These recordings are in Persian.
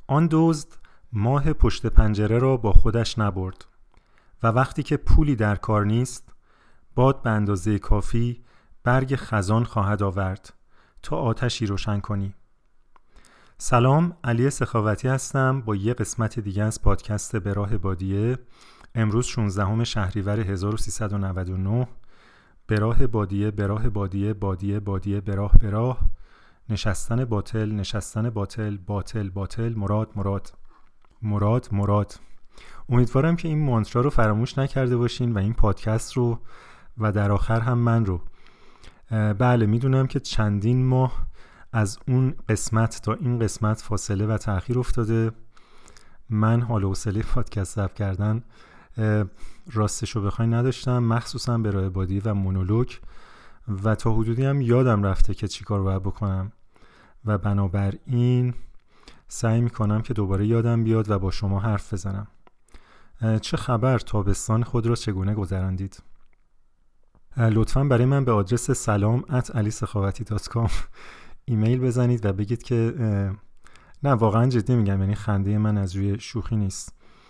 آن دزد ماه پشت پنجره را با خودش نبرد و وقتی که پولی در کار نیست باد به اندازه کافی برگ خزان خواهد آورد تا آتشی روشن کنی. سلام، علی سخاوتی هستم با یه قسمت دیگه از پادکست به راه بادیه. امروز 16 شهریور 1399. به راه بادیه، به راه بادیه، بادیه بادیه، به راه به راه، نشستن باطل، نشستن باطل، باطل باطل، مراد مراد، مراد مراد. امیدوارم که این مانترا رو فراموش نکرده باشین و این پادکست رو و در آخر هم من رو. بله، میدونم که چندین ماه از اون قسمت تا این قسمت فاصله و تأخیر افتاده. من حال و حوصله پادکست ضبط کردن راستشو بخوای نداشتم، مخصوصا به راه بادیه و مونولوگ، و تا حدودی هم یادم رفته که چی کار باید بکنم و بنابراین سعی میکنم که دوباره یادم بیاد و با شما حرف بزنم. چه خبر؟ تابستان خود را چگونه گذراندید؟ لطفاً برای من به آدرس salam@alisakhavati.com ایمیل بزنید و بگید که نه، واقعا جدی میگم، یعنی خنده من از روی شوخی نیست،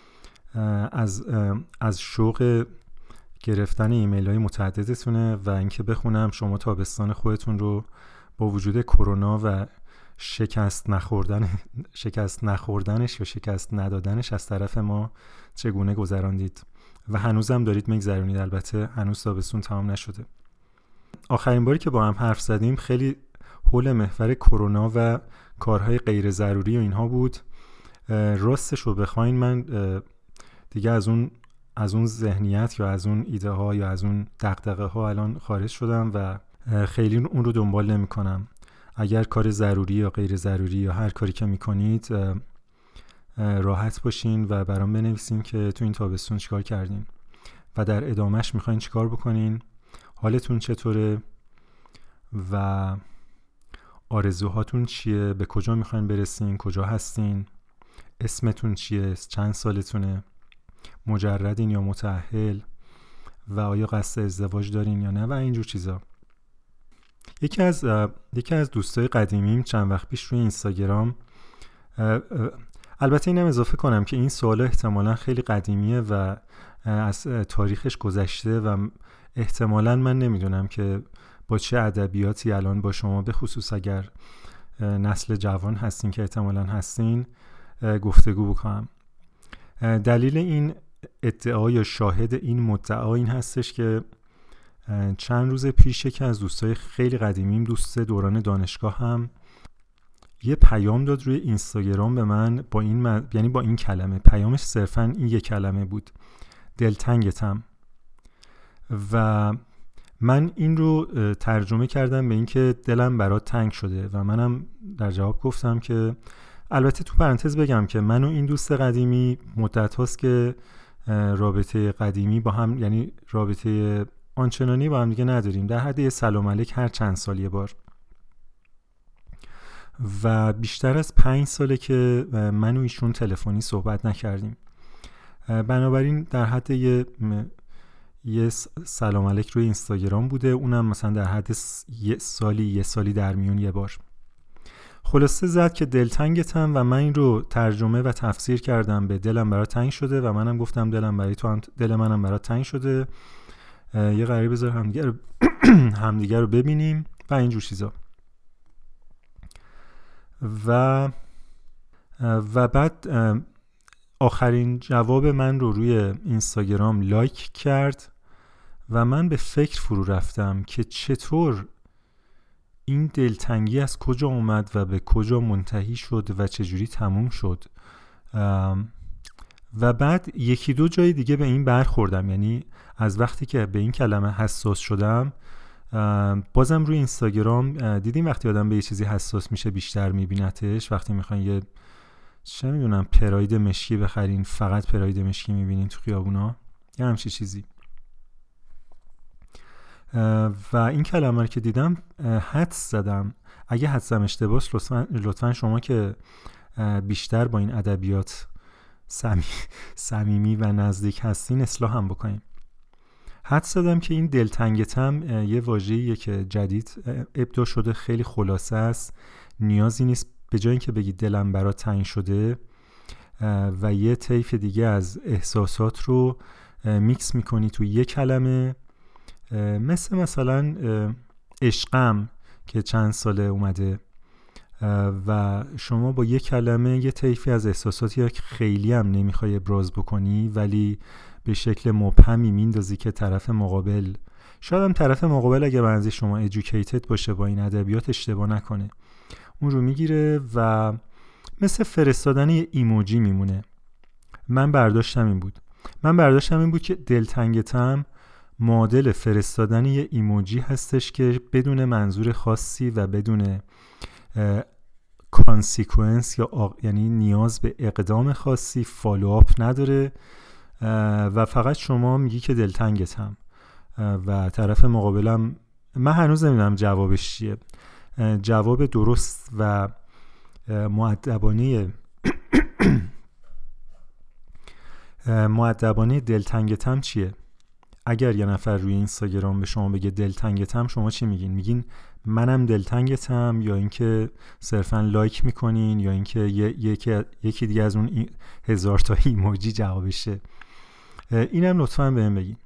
از شوق گرفتن ایمیل های متعددتونه و اینکه بخونم شما تابستان خودتون رو با وجود کرونا و شکست نخوردنش یا شکست ندادنش از طرف ما چگونه گذراندید و هنوزم دارید میگذرونید. البته هنوز تابستون تمام نشده. آخرین باری که با هم حرف زدیم خیلی حول محور کرونا و کارهای غیر ضروری و اینها بود. راستش رو بخواین من دیگه از اون ذهنیت یا از اون ایده ها یا از اون دغدغه ها الان خارج شدم و خیلی اون رو دنبال نمی کنم. اگر کار ضروری یا غیر ضروری یا هر کاری که میکنید راحت باشین و برام بنویسین که تو این تابستون چیکار کردین و در ادامهش میخواین چیکار بکنین، حالتون چطوره و آرزوهاتون چیه، به کجا میخواین برسین، کجا هستین، اسمتون چیه، چند سالتونه، مجردین یا متأهل و آیا قصد ازدواج دارین یا نه و اینجور چیزا. یکی از دوستای قدیمیم چند وقت پیش روی اینستاگرام، البته اینم اضافه کنم که این سوال احتمالاً خیلی قدیمیه و از تاریخش گذشته و احتمالاً من نمیدونم که با چه ادبیاتی الان با شما، به خصوص اگر نسل جوان هستین که احتمالاً هستین، گفتگو بکنم. دلیل این ادعا یا شاهد این مدعا این هستش که چند روز پیش یکی از دوستای خیلی قدیمیم، دوست دوران دانشگاه هم، یه پیام داد روی اینستاگرام به من با این کلمه. پیامش صرفاً این یک کلمه بود: دلتنگتم. و من این رو ترجمه کردم به این که دلم برات تنگ شده و منم در جواب گفتم که البته تو پرانتز بگم که من و این دوست قدیمی مدت هاست که رابطه قدیمی با هم، یعنی رابطه آنچنانی با هم دیگه نداریم، در حد یه سلام علیک هر چند سال یه بار، و بیشتر از 5 ساله که من و ایشون تلفنی صحبت نکردیم. بنابراین در حد یه سلام علیک روی اینستاگرام بوده، اونم مثلا در حد یه سالی در میون یه بار. خلاصه زد که دلتنگتم و من این رو ترجمه و تفسیر کردم به دلم برات تنگ شده و منم گفتم دلم برای تو هم، دل منم برات تنگ شده، یه قراره بذار همدیگه رو ببینیم و اینجور چیزا. و بعد آخرین جواب من رو روی اینستاگرام لایک کرد و من به فکر فرو رفتم که چطور این دلتنگی از کجا اومد و به کجا منتهی شد و چجوری تموم شد. و بعد یکی دو جای دیگه به این برخوردم، یعنی از وقتی که به این کلمه حساس شدم، بازم روی اینستاگرام دیدیم وقتی آدم به یه چیزی حساس میشه بیشتر میبینتش. وقتی میخواین یه چه میدونم پراید مشکی بخرین، فقط پراید مشکی میبینین تو خیابونا، یه همچی چیزی. و این کلمه رو که دیدم حدس زدم. اگه حدسم اشتباهه لطفاً شما که بیشتر با این ادبیات صمیمی و نزدیک هستین اصلاح هم بکنین. حدس زدم که این دلتنگتم یه واژه‌ایه که جدید ابداع شده، خیلی خلاصه است، نیازی نیست به جای اینکه بگی دلم برات تنگ شده و یه طیف دیگه از احساسات رو میکس میکنی تو یه کلمه، مثلا عشقم که چند ساله اومده و شما با یه کلمه یه طیفی از احساساتی که خیلی هم نمیخوای ابراز بکنی ولی به شکل مبهمی میندازی که طرف مقابل، شاید هم طرف مقابل اگه بنظر شما ادوکیتد باشه با این ادبیات اشتباه نکنه، اون رو میگیره و مثل فرستادن یه ایموجی میمونه. من برداشتم این بود که دلتنگتم معادل فرستادن یه ایموجی هستش که بدون منظور خاصی و بدون کانسیکوئنس یعنی نیاز به اقدام خاصی، فالوآپ نداره و فقط شما میگی که دلتنگتم و طرف مقابلم، من هنوز نمیدونم جوابش چیه، جواب درست و مؤدبانه دلتنگتم چیه؟ اگر یه نفر روی اینستاگرام به شما بگه دلتنگتم، شما چی میگین؟ میگین منم دلتنگتم، یا اینکه صرفا لایک میکنین، یا اینکه یکی دیگه از اون 1000 تا ایموجی جوابشه؟ اینم لطفاً بهم بگین.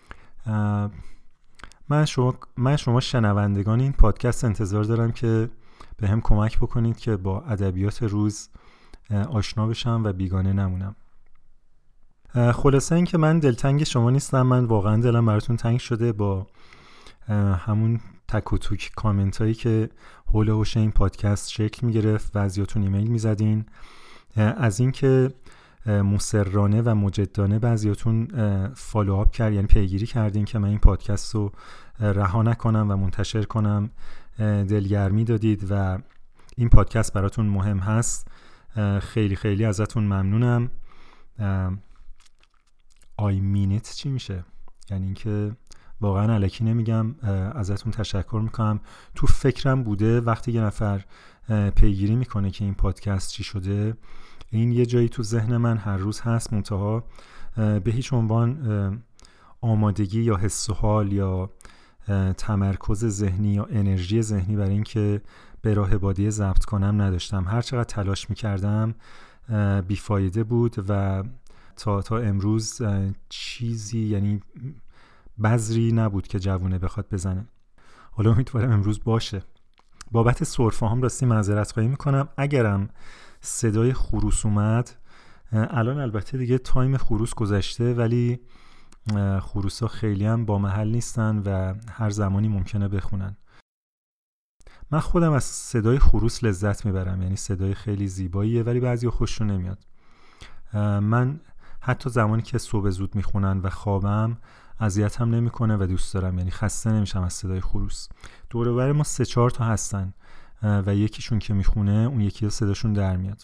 من شما شنوندگان این پادکست انتظار دارم که به هم کمک بکنید که با ادبیات روز آشنا بشم و بیگانه نمونم. خلاصه این که من دلتنگ شما نیستم، من واقعا دلم براتون تنگ شده با همون تک و توک کامنت هایی که حول و حوش این پادکست شکل می گرفت و بعضیاتون ایمیل می زدین، از این که مصرانه و مجدانه بعضیاتون فالوآپ کرد، یعنی پیگیری کردین که من این پادکست رو رها نکنم و منتشر کنم، دلگرمی دادید و این پادکست براتون مهم هست. خیلی خیلی ازتون ممنونم. I mean it چی میشه؟ یعنی اینکه واقعا الکی نمیگم، ازتون تشکر میکنم. تو فکرم بوده وقتی یه نفر پیگیری میکنه که این پادکست چی شده، این یه جایی تو ذهن من هر روز هست، منتها به هیچ عنوان آمادگی یا حس و حال یا تمرکز ذهنی یا انرژی ذهنی برای این که به راه بادیه ضبط کنم نداشتم. هر چقدر تلاش میکردم بیفایده بود و تا امروز چیزی، یعنی بذری نبود که جوونه بخواد بزنه. حالا امیدوارم امروز باشه. بابت سرفه هم راستی معذرت خواهی میکنم اگرم صدای خروس اومد. الان البته دیگه تایم خروس گذشته، ولی خروسا خیلی هم با محل نیستن و هر زمانی ممکنه بخونن. من خودم از صدای خروس لذت میبرم، یعنی صدای خیلی زیباییه، ولی بعضی خوششون نمیاد. من حتی زمانی که صبح زود میخونن و خوابم اذیتم نمیکنه و دوست دارم، یعنی خسته نمیشم از صدای خروس. دور و بر ما 3-4 تا هستن و یکیشون که میخونه اون یکی صداشون در میاد.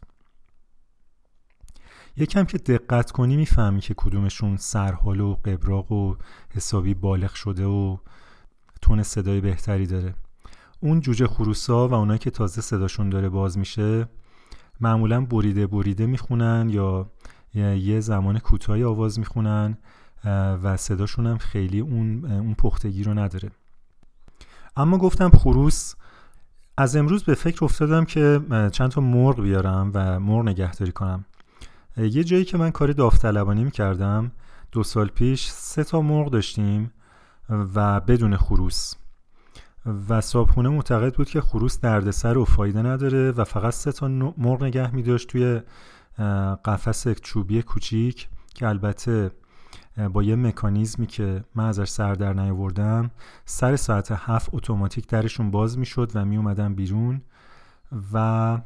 یکم که دقت کنی میفهمی که کدومشون سرحال و قبراق و حسابی بالغ شده و تون صدای بهتری داره. اون جوجه خروسا و اونایی که تازه صداشون داره باز میشه معمولا بریده میخونن یا یه زمان کوتاهی آواز میخونن و صداشون هم خیلی اون پختگی رو نداره. اما گفتم خروس، از امروز به فکر افتادم که چند تا مرغ بیارم و مرغ نگهداری کنم. یه جایی که من کار داوطلبانه میکردم 2 سال پیش 3 تا مرغ داشتیم و بدون خروس، و صاحبخونه معتقد بود که خروس دردسر و فایده نداره و فقط 3 تا مرغ نگه می‌داشت توی قفس چوبی کوچیک که البته با یه مکانیزمی که من ازش سر در نیاوردم سر ساعت 7 اتوماتیک درشون باز میشد و می اومدن بیرون و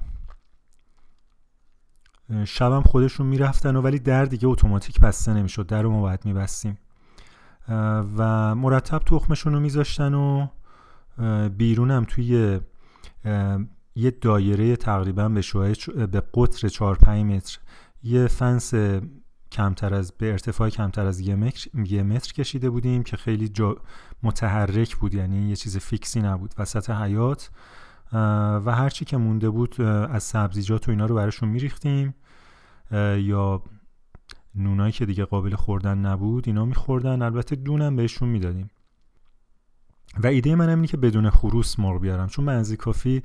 شبم خودشون میرفتن ولی در دیگه اتوماتیک بسته نمیشد، در رو ما باید میبستیم و مرتب تخمشون رو میذاشتن و بیرونم توی یه دایره تقریبا به قطر 4-5 متر یه فنس به ارتفاع کمتر از 1 متر کشیده بودیم که خیلی متحرک بود، یعنی یه چیز فیکسی نبود وسط حیاط، و هرچی که مونده بود از سبزیجات و اینا رو براشون میریختیم یا نونایی که دیگه قابل خوردن نبود اینا میخوردن، البته دونم بهشون میدادیم. و ایده من اینه که بدون خروس مرغ بیارم، چون منزی کافی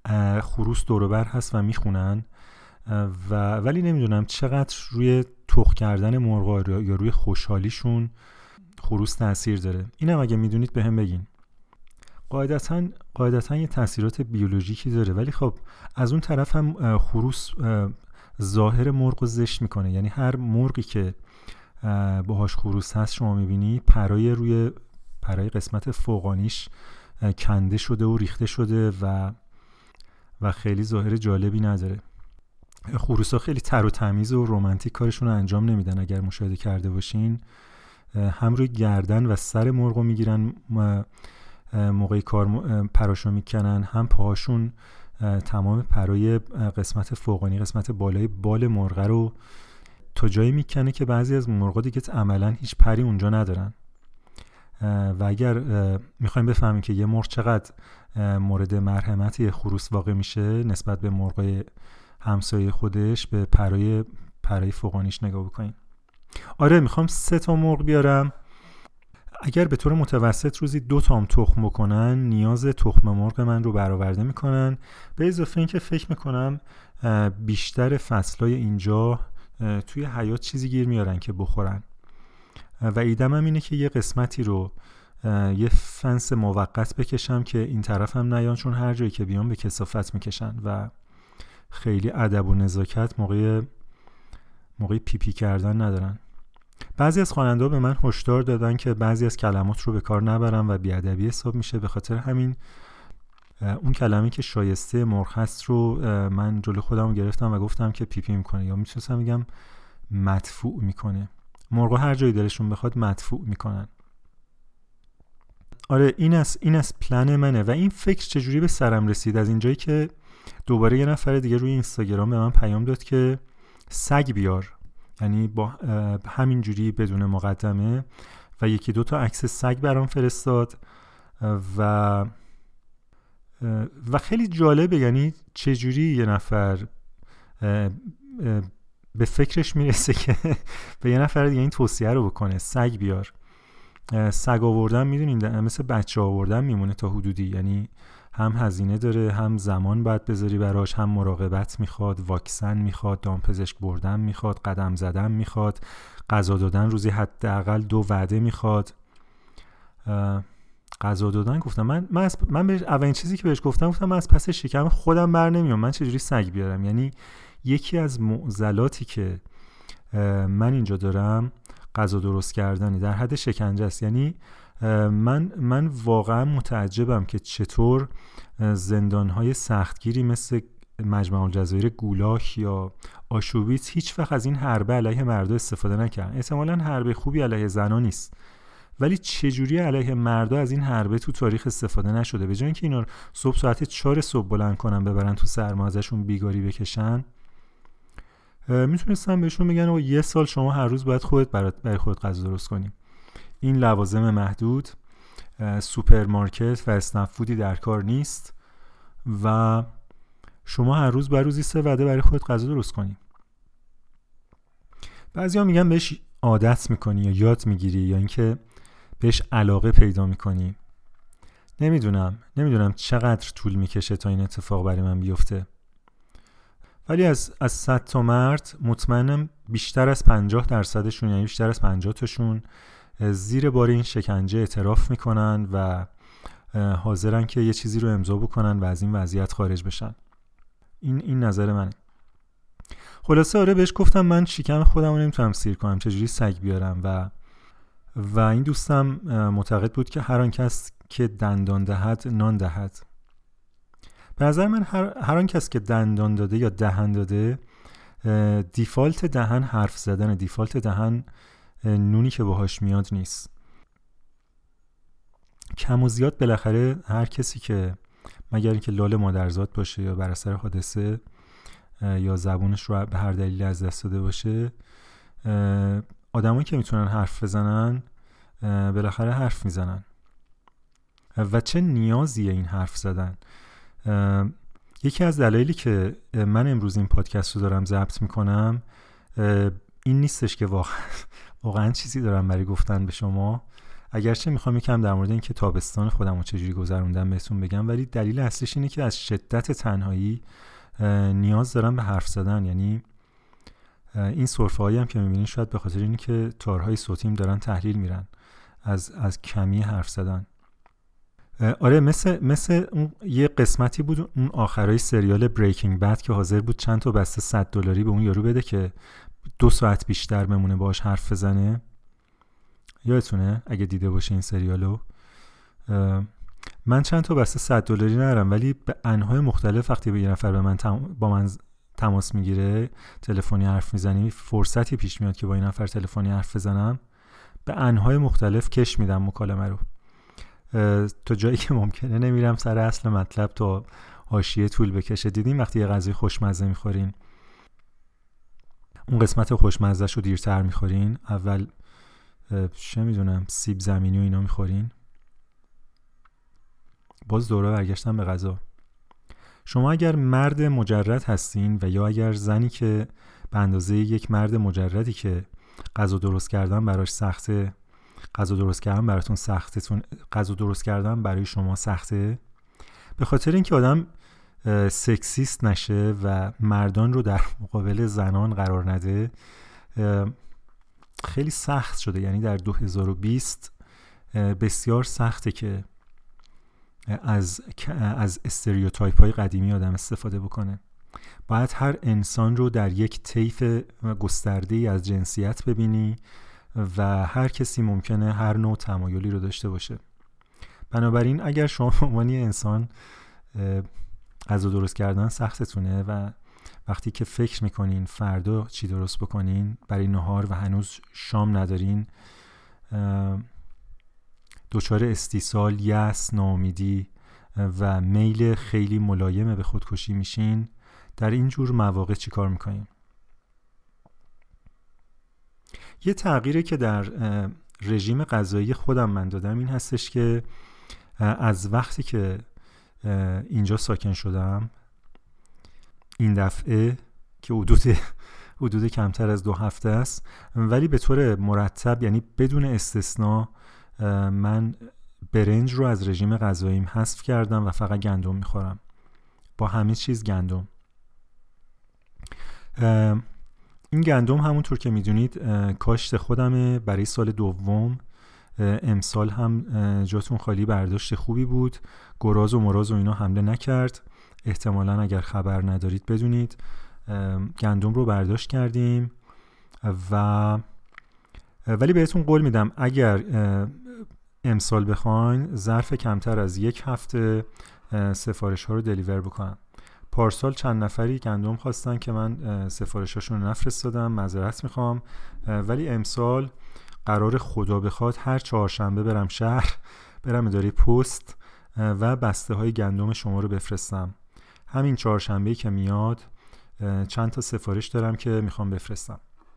خروس دور و بر هست و میخونن ولی نمیدونم چقدر روی تخم کردن مرغا یا روی خوشحالیشون خروس تاثیر داره. اینم اگه میدونید بهم بگین. قاعدتاً یه تاثیرات بیولوژیکی داره، ولی خب از اون طرف هم خروس ظاهر مرغ رو زشت میکنه. یعنی هر مرغی که باهاش خروس هست شما میبینی پرای قسمت فوقانیش کنده شده و ریخته شده و خیلی ظاهر جالبی نداره. خروس‌ها خیلی تر و تمیز و رمانتیک کارشون رو انجام نمیدن. اگر مشاهده کرده باشین هم روی گردن و سر مرغ رو میگیرن موقعی کار پراشو میکنن، هم پاهاشون تمام پرای قسمت فوقانی قسمت بالای بال مرغ رو تا جایی میکنه که بعضی از مرغا دیگه عملا هیچ پری اونجا ندارن. و اگر میخوایم بفهمیم که یه مرغ چقدر مورد مرحمت یه خروس واقع میشه نسبت به مرغای همسایه خودش، به پرای فوقانیش نگاه بکنین. آره میخوام 3 تا مرغ بیارم. اگر به طور متوسط روزی 2 تا هم تخم بکنن نیاز تخم مرغ من رو برآورده میکنن. به اضافه این که فکر میکنم بیشتر فصلای اینجا توی حیاط چیزی گیر میارن که بخورن و ایدم هم اینه که یه قسمتی رو یه فنس موقت بکشم که این طرف هم نیان، چون هر جایی که بیان به کثافت میکشن و خیلی ادب و نزاکت موقع پیپی کردن ندارن. بعضی از خواننده‌ها به من هشدار دادن که بعضی از کلمات رو به کار نبرم و بیادبی حساب میشه. به خاطر همین اون کلمه‌ای که شایسته مرغ هست رو من جلو خودم گرفتم و گفتم که پیپی میکنه، یا میتونستم بگم مدفوع میکنه. مرغا هر جایی دلشون بخواد مدفوع میکنن. آره این از پلن منه. و این فکر چجوری به سرم رسید؟ از اینجایی که دوباره یه نفر دیگه روی اینستاگرام به من پیام داد که سگ بیار، یعنی با همین جوری بدون مقدمه، و 1-2 تا عکس سگ برام فرستاد و خیلی جالبه. یعنی چجوری یه نفر به فکرش میرسه که به یه نفر دیگه این توصیه رو بکنه سگ بیار. سگ آوردن میدونین مثل بچه آوردن میمونه تا حدودی، یعنی هم هزینه داره، هم زمان باید بذاری براش، هم مراقبت میخواد، واکسن میخواد، دامپزشک بردن میخواد، قدم زدن میخواد، غذا دادن روزی حداقل 2 وعده میخواد. غذا دادن گفتم من بهش اولین چیزی که بهش گفتم من از پس شکم خودم بر نمیام، من چجوری سگ بیارم؟ یعنی یکی از معضلاتی که من اینجا دارم غذا درست کردنی در حد شکنجه است. یعنی من واقعا متعجبم که چطور زندانهای سختگیری مثل مجمع الجزایر گولاک یا آشوبیتس هیچ وقت از این حربه علیه مردا استفاده نکردن. احتمالاً حربه خوبی علیه زنا نیست، ولی چجوری علیه مردا از این حربه تو تاریخ استفاده نشده؟ به جای اینکه اینا صبح ساعت 4 صبح بلند کنن ببرن تو سرما ازشون بیگاری بکشن، میتونستن بهشون بگن 1 سال شما هر روز باید برای خودت غذا درست کنی. این لوازم محدود، سوپرمارکت و اسنپ فودی در کار نیست و شما هر روز روزی 3 وعده برای خودت غذا درست کنی. بعضیا میگن بهش عادت میکنی یا یاد میگیری یا اینکه بهش علاقه پیدا میکنی. نمیدونم چقدر طول میکشه تا این اتفاق برای من بیفته، ولی از 100 تا مرد مطمئنم بیشتر از 50%شون، یعنی بیشتر از 50 تاشون زیر بار این شکنجه اعتراف میکنن و حاضرن که یه چیزی رو امضا بکنن و از این وضعیت خارج بشن. این نظر منه. خلاصه آره بهش گفتم من شکم خودم رو نمیتونم سیر کنم، چجوری سگ بیارم و این دوستم معتقد بود که هر آن کس که دندان دهد نان دهد. به نظر من هر آن کس که دندان داده یا دهن داده، دیفالت دهن حرف زدن، دیفالت دهن نونی که باهاش میاد نیست. کم و زیاد بالاخره هر کسی که مگر اینکه لال مادرزاد باشه یا بر اثر حادثه یا زبونش رو به هر دلیلی از دست داده باشه، آدمایی که میتونن حرف بزنن بالاخره حرف میزنن. و چه نیازیه این حرف زدن؟ یکی از دلایلی که من امروز این پادکست رو دارم ضبط میکنم این نیستش که واقعا چیزی دارم برای گفتن به شما. اگرچه میخوام یکم در مورد اینکه تابستان خودم رو چجوری گذروندم بهتون بگم، ولی دلیل اصلیش اینه که از شدت تنهایی نیاز دارم به حرف زدن. یعنی این سرفه هایی هم که میبینین شاید به خاطر اینه که تارهای صوتیم دارن تحلیل میرن از کمی حرف زدن. آره، مثل اون یه قسمتی بود اون آخرای سریال بریکینگ بد که حاضر بود چند تا بسته $100 به اون یارو بده که 2 ساعت بیشتر بمونه باهاش حرف بزنه. یادتونه اگه دیده باشه این سریالو؟ من چند تا بسته $100 ندارم، ولی به انواع مختلف وقتی به یه نفر با من تماس میگیره، تلفنی حرف میزنی، فرصتی پیش میاد که با این نفر تلفنی حرف بزنم، به انواع مختلف کش میدم مکالمه رو تا جایی که ممکنه نمیرم سر اصل مطلب تا حاشیه طول بکشه. دیدین وقتی یه غذای خوشمزه میخورین، اون قسمت خوشمزه‌شو رو دیرتر میخورین، اول چه میدونم سیب زمینی و اینا میخورین، باز دوره برگشتن به غذا. شما اگر مرد مجرد هستین و یا اگر زنی که به اندازه یک مرد مجردی که غذا درست کردن براش سخته، غذا درست کردن براتون سختتون، غذا درست کردن برای شما سخته، به خاطر اینکه آدم سکسیست نشه و مردان رو در مقابل زنان قرار نده، خیلی سخت شده. یعنی در 2020 بسیار سخته که از استریوتایپ های قدیمی آدم استفاده بکنه. باید هر انسان رو در یک طیف گسترده‌ای از جنسیت ببینی و هر کسی ممکنه هر نوع تمایلی رو داشته باشه. بنابراین اگر شما به عنوان انسان غذا درست کردن سختتونه و وقتی که فکر میکنین فردا چی درست بکنین برای نهار و هنوز شام ندارین، دچار استیصال، یأس، ناامیدی و میل خیلی ملایم به خودکشی میشین، در این جور مواقع چی کار میکنین؟ یه تغییری که در رژیم غذایی خودم من دادم این هستش که از وقتی که اینجا ساکن شدم، این دفعه که حدود کمتر از 2 هفته است، ولی به طور مرتب، یعنی بدون استثنا، من برنج رو از رژیم غذاییم حذف کردم و فقط گندم میخورم، با همه چیز گندم. این گندم همونطور که میدونید کاشت خودمه برای سال دوم. امسال هم جاتون خالی، برداشت خوبی بود، گراز و مراز و اینا حمله نکرد. احتمالاً اگر خبر ندارید بدونید گندم رو برداشت کردیم ولی بهتون قول میدم اگر امسال بخواین ظرف کمتر از 1 هفته سفارش ها رو دلیور بکنم. پارسال چند نفری گندم خواستن که من سفارشاشون رو نفرستادم، معذرت میخوام، ولی امسال قرار خدا بخواد هر 4 شنبه برم شهر، برم اداره پست و بسته های گندم شما رو بفرستم. همین 4 شنبه‌ای که میاد چند تا سفارش دارم که میخوام بفرستم.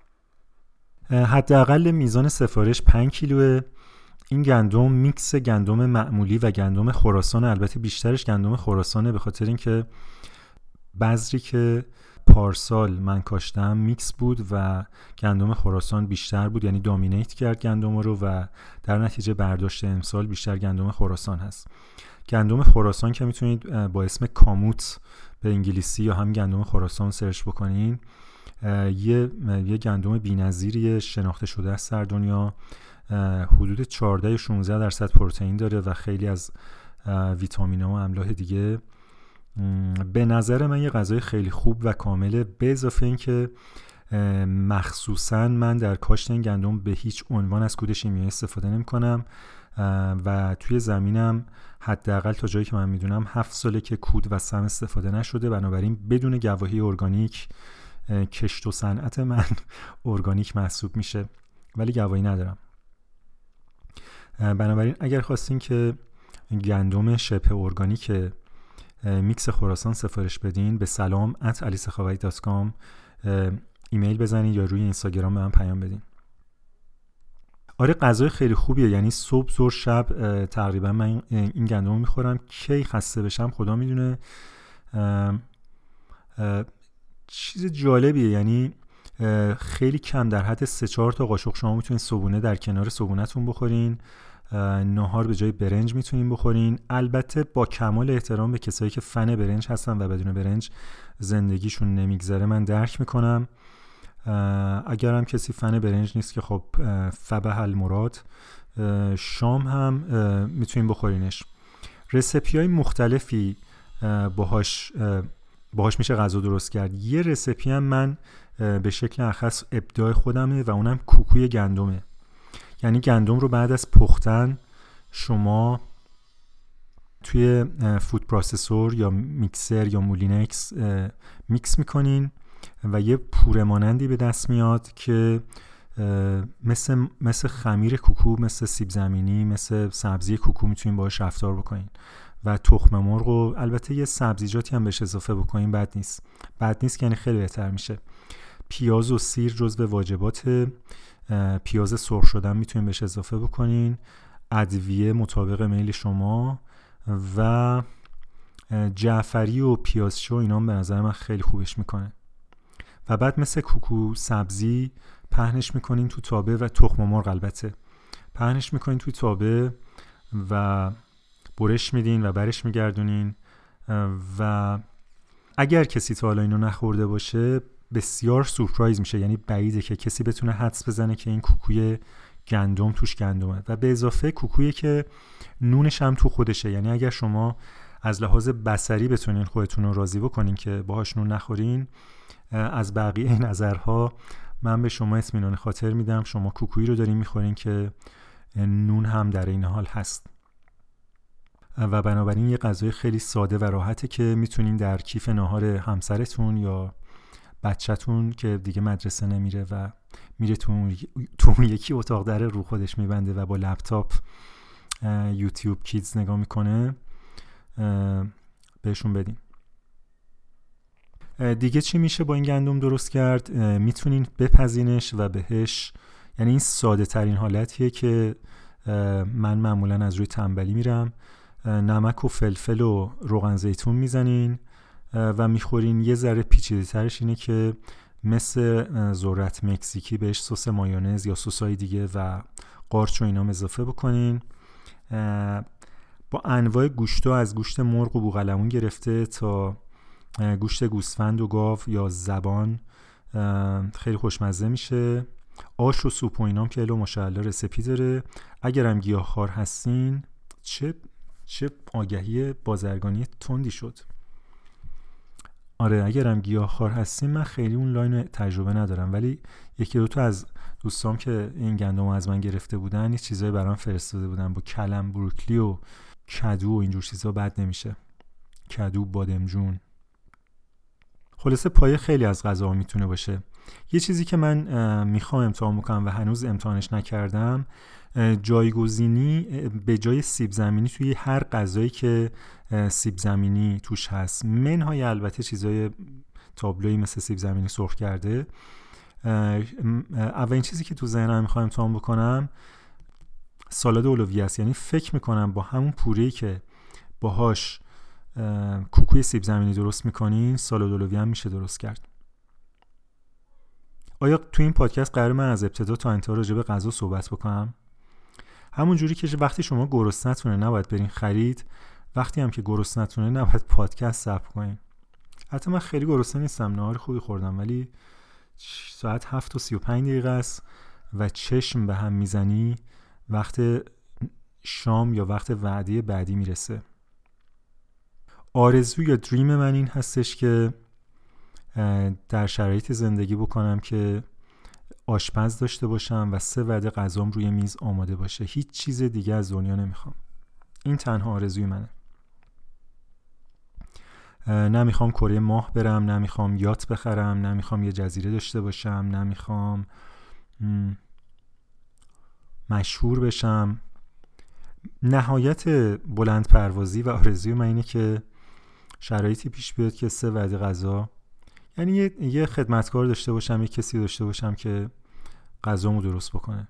حداقل میزان سفارش 5 کیلوه. این گندم میکس گندم معمولی و گندم خراسان، البته بیشترش گندم خراسانه به خاطر اینکه بذری که پارسال من کاشتم میکس بود و گندم خراسان بیشتر بود، یعنی دامینیت کرد گندم رو و در نتیجه برداشت امسال بیشتر گندم خراسان هست. گندم خراسان که میتونید با اسم کاموت به انگلیسی یا هم گندم خراسان سرچ بکنین، یه گندم بی‌نظیری شناخته شده است در دنیا. حدود 14-16% پروتئین داره و خیلی از ویتامین‌ها و املاح دیگه. به نظر من یه غذای خیلی خوب و کامله، به اضافه این که مخصوصا من در کاشت این گندم به هیچ عنوان از کود شیمیایی استفاده نمی کنم و توی زمینم حداقل تا جایی که من میدونم 7 ساله که کود و سم استفاده نشده. بنابراین بدون گواهی ارگانیک کشت و صنعت من ارگانیک محسوب میشه، ولی گواهی ندارم. بنابراین اگر خواستین که گندم شبه ارگانیک میکس خراسان سفارش بدین، به salam@alisakhavati.com ایمیل بزنید یا روی اینستاگرام به من پیام بدین. آره غذای خیلی خوبیه، یعنی صبح ظهر شب تقریبا من این گندم میخورم. کی خسته بشم خدا میدونه. چیز جالبیه، یعنی خیلی کم، در حد 3-4 تا قاشق شما میتونید صبحونه در کنار صبحونه‌تون بخورین ناهار به جای برنج میتونین بخورین. البته با کمال احترام به کسایی که فن برنج هستن و بدون برنج زندگیشون نمیگذره، من درک میکنم. اگر هم کسی فن برنج نیست که خب فبه المراد، شام هم میتونین بخورینش. رسپی های مختلفی باهاش میشه غذا درست کرد. یه رسپی هم من به شکل اخص ابداع خودمه و اونم کوکوی گندمه. یعنی گندم رو بعد از پختن شما توی فود پروسسور یا میکسر یا مولینکس میکس میکنین و یه پوره مانندی به دست میاد که مثل خمیر کوکو، مثل سیب زمینی، مثل سبزی کوکو میتونین باهاش رفتار بکنین. و تخم مرغ و البته یه سبزیجاتی هم بهش اضافه بکنین بد نیست که یعنی خیلی بهتر میشه. پیاز و سیر جزو واجبات. پیاز سرخ شدن میتونین بهش اضافه بکنین. ادویه مطابق میل شما و جعفری و پیازچو اینا به نظر من خیلی خوبش میکنه. و بعد مثل کوکو سبزی پهنش میکنین تو تابه و تخم مرغ البته پهنش میکنین تو تابه و برش میدین و برش میگردونین. و اگر کسی تا حالا اینو نخورده باشه بسیار سورپرایز میشه. یعنی بعیده که کسی بتونه حدس بزنه که این کوکوی گندم توش گندمه. و به اضافه کوکویی که نونش هم تو خودشه. یعنی اگر شما از لحاظ بصری بتونین خودتون رو راضی بکنین که باهاش نون نخورین، از بقیه نظرها من به شما اطمینان خاطر میدم شما کوکویی رو دارین میخورین که نون هم در این حال هست. و بنابراین یه غذای خیلی ساده و راحته که میتونین در کیف ناهار همسرتون یا بچه‌تون که دیگه مدرسه نمیره و میره تو اون یکی اتاق در رو خودش میبنده و با لپتاپ یوتیوب کیدز نگاه میکنه بهشون بدین. دیگه چی میشه با این گندم درست کرد؟ میتونین بپزینش و بهش، یعنی این ساده ترین حالتیه که من معمولا از روی تنبلی میرم، نمک و فلفل و روغن زیتون میزنین و میخورین. یه ذره پیچیده ترش اینه که مثل ذرت مکزیکی بهش سس مایونز یا سسای دیگه و قارچ و اینا اضافه بکنین. با انواع گوشت‌ها از گوشت مرغ و بوقلمون گرفته تا گوشت گوسفند و گاو یا زبان خیلی خوشمزه میشه. آش و سوپ و اینام که الو ماشاءالله رسپی داره. اگرم گیاهخوار هستین، چه آگهی بازرگانی تندی شد. آره اگرم گیاهخوار هستین، من خیلی اون لاین تجربه ندارم ولی یکی دو تا از دوستام که این گندم از من گرفته بودن یه چیزایی برام فرستاده بودن با کلم بروکلی و کدو و اینجور چیزا بد نمیشه. کدو، بادمجون، خلاصه پایه خیلی از غذاها میتونه باشه. یه چیزی که من میخوام امتحان بکنم و هنوز امتحانش نکردم، جایگزینی به جای سیب زمینی توی هر غذایی که سیب زمینی توش هست، منهای البته چیزای تابلویی مثل سیب زمینی سرخ کرده. اولین چیزی که تو ذهنم میخوام امتحان بکنم سالاد اولویه است. یعنی فکر میکنم با همون پوره‌ای که باهاش کوکوی سیب زمینی درست میکنین سالاد اولویه هم میشه درست کرد. آیا تو این پادکست قرار من از ابتدا تا انتها راجع به غذا صحبت بکنم؟ همون جوری که وقتی شما گرسنه‌تونه نباید برین خرید، وقتی هم که گرسنه‌تونه نباید پادکست ضبط کنین. حتی من خیلی گرسنه نیستم، نهار خوبی خوردم، ولی ساعت 7:35 است و چشم به هم میزنی وقت شام یا وقت وعده بعدی میرسه. آرزو یا دریم من این هستش که در شرایط زندگی بکنم که آشپز داشته باشم و 3 وعده غذام روی میز آماده باشه. هیچ چیز دیگه از دنیا نمیخوام. این تنها آرزوی منه. نمیخوام کره ماه برم، نمیخوام یات بخرم، نمیخوام یه جزیره داشته باشم، نمیخوام مشهور بشم. نهایت بلند پروازی و آرزوی من اینه که شرایطی پیش بیاد که 3 وعده غذا، یعنی یه خدمتکار داشته باشم، یه کسی داشته باشم که غذامو درست بکنه.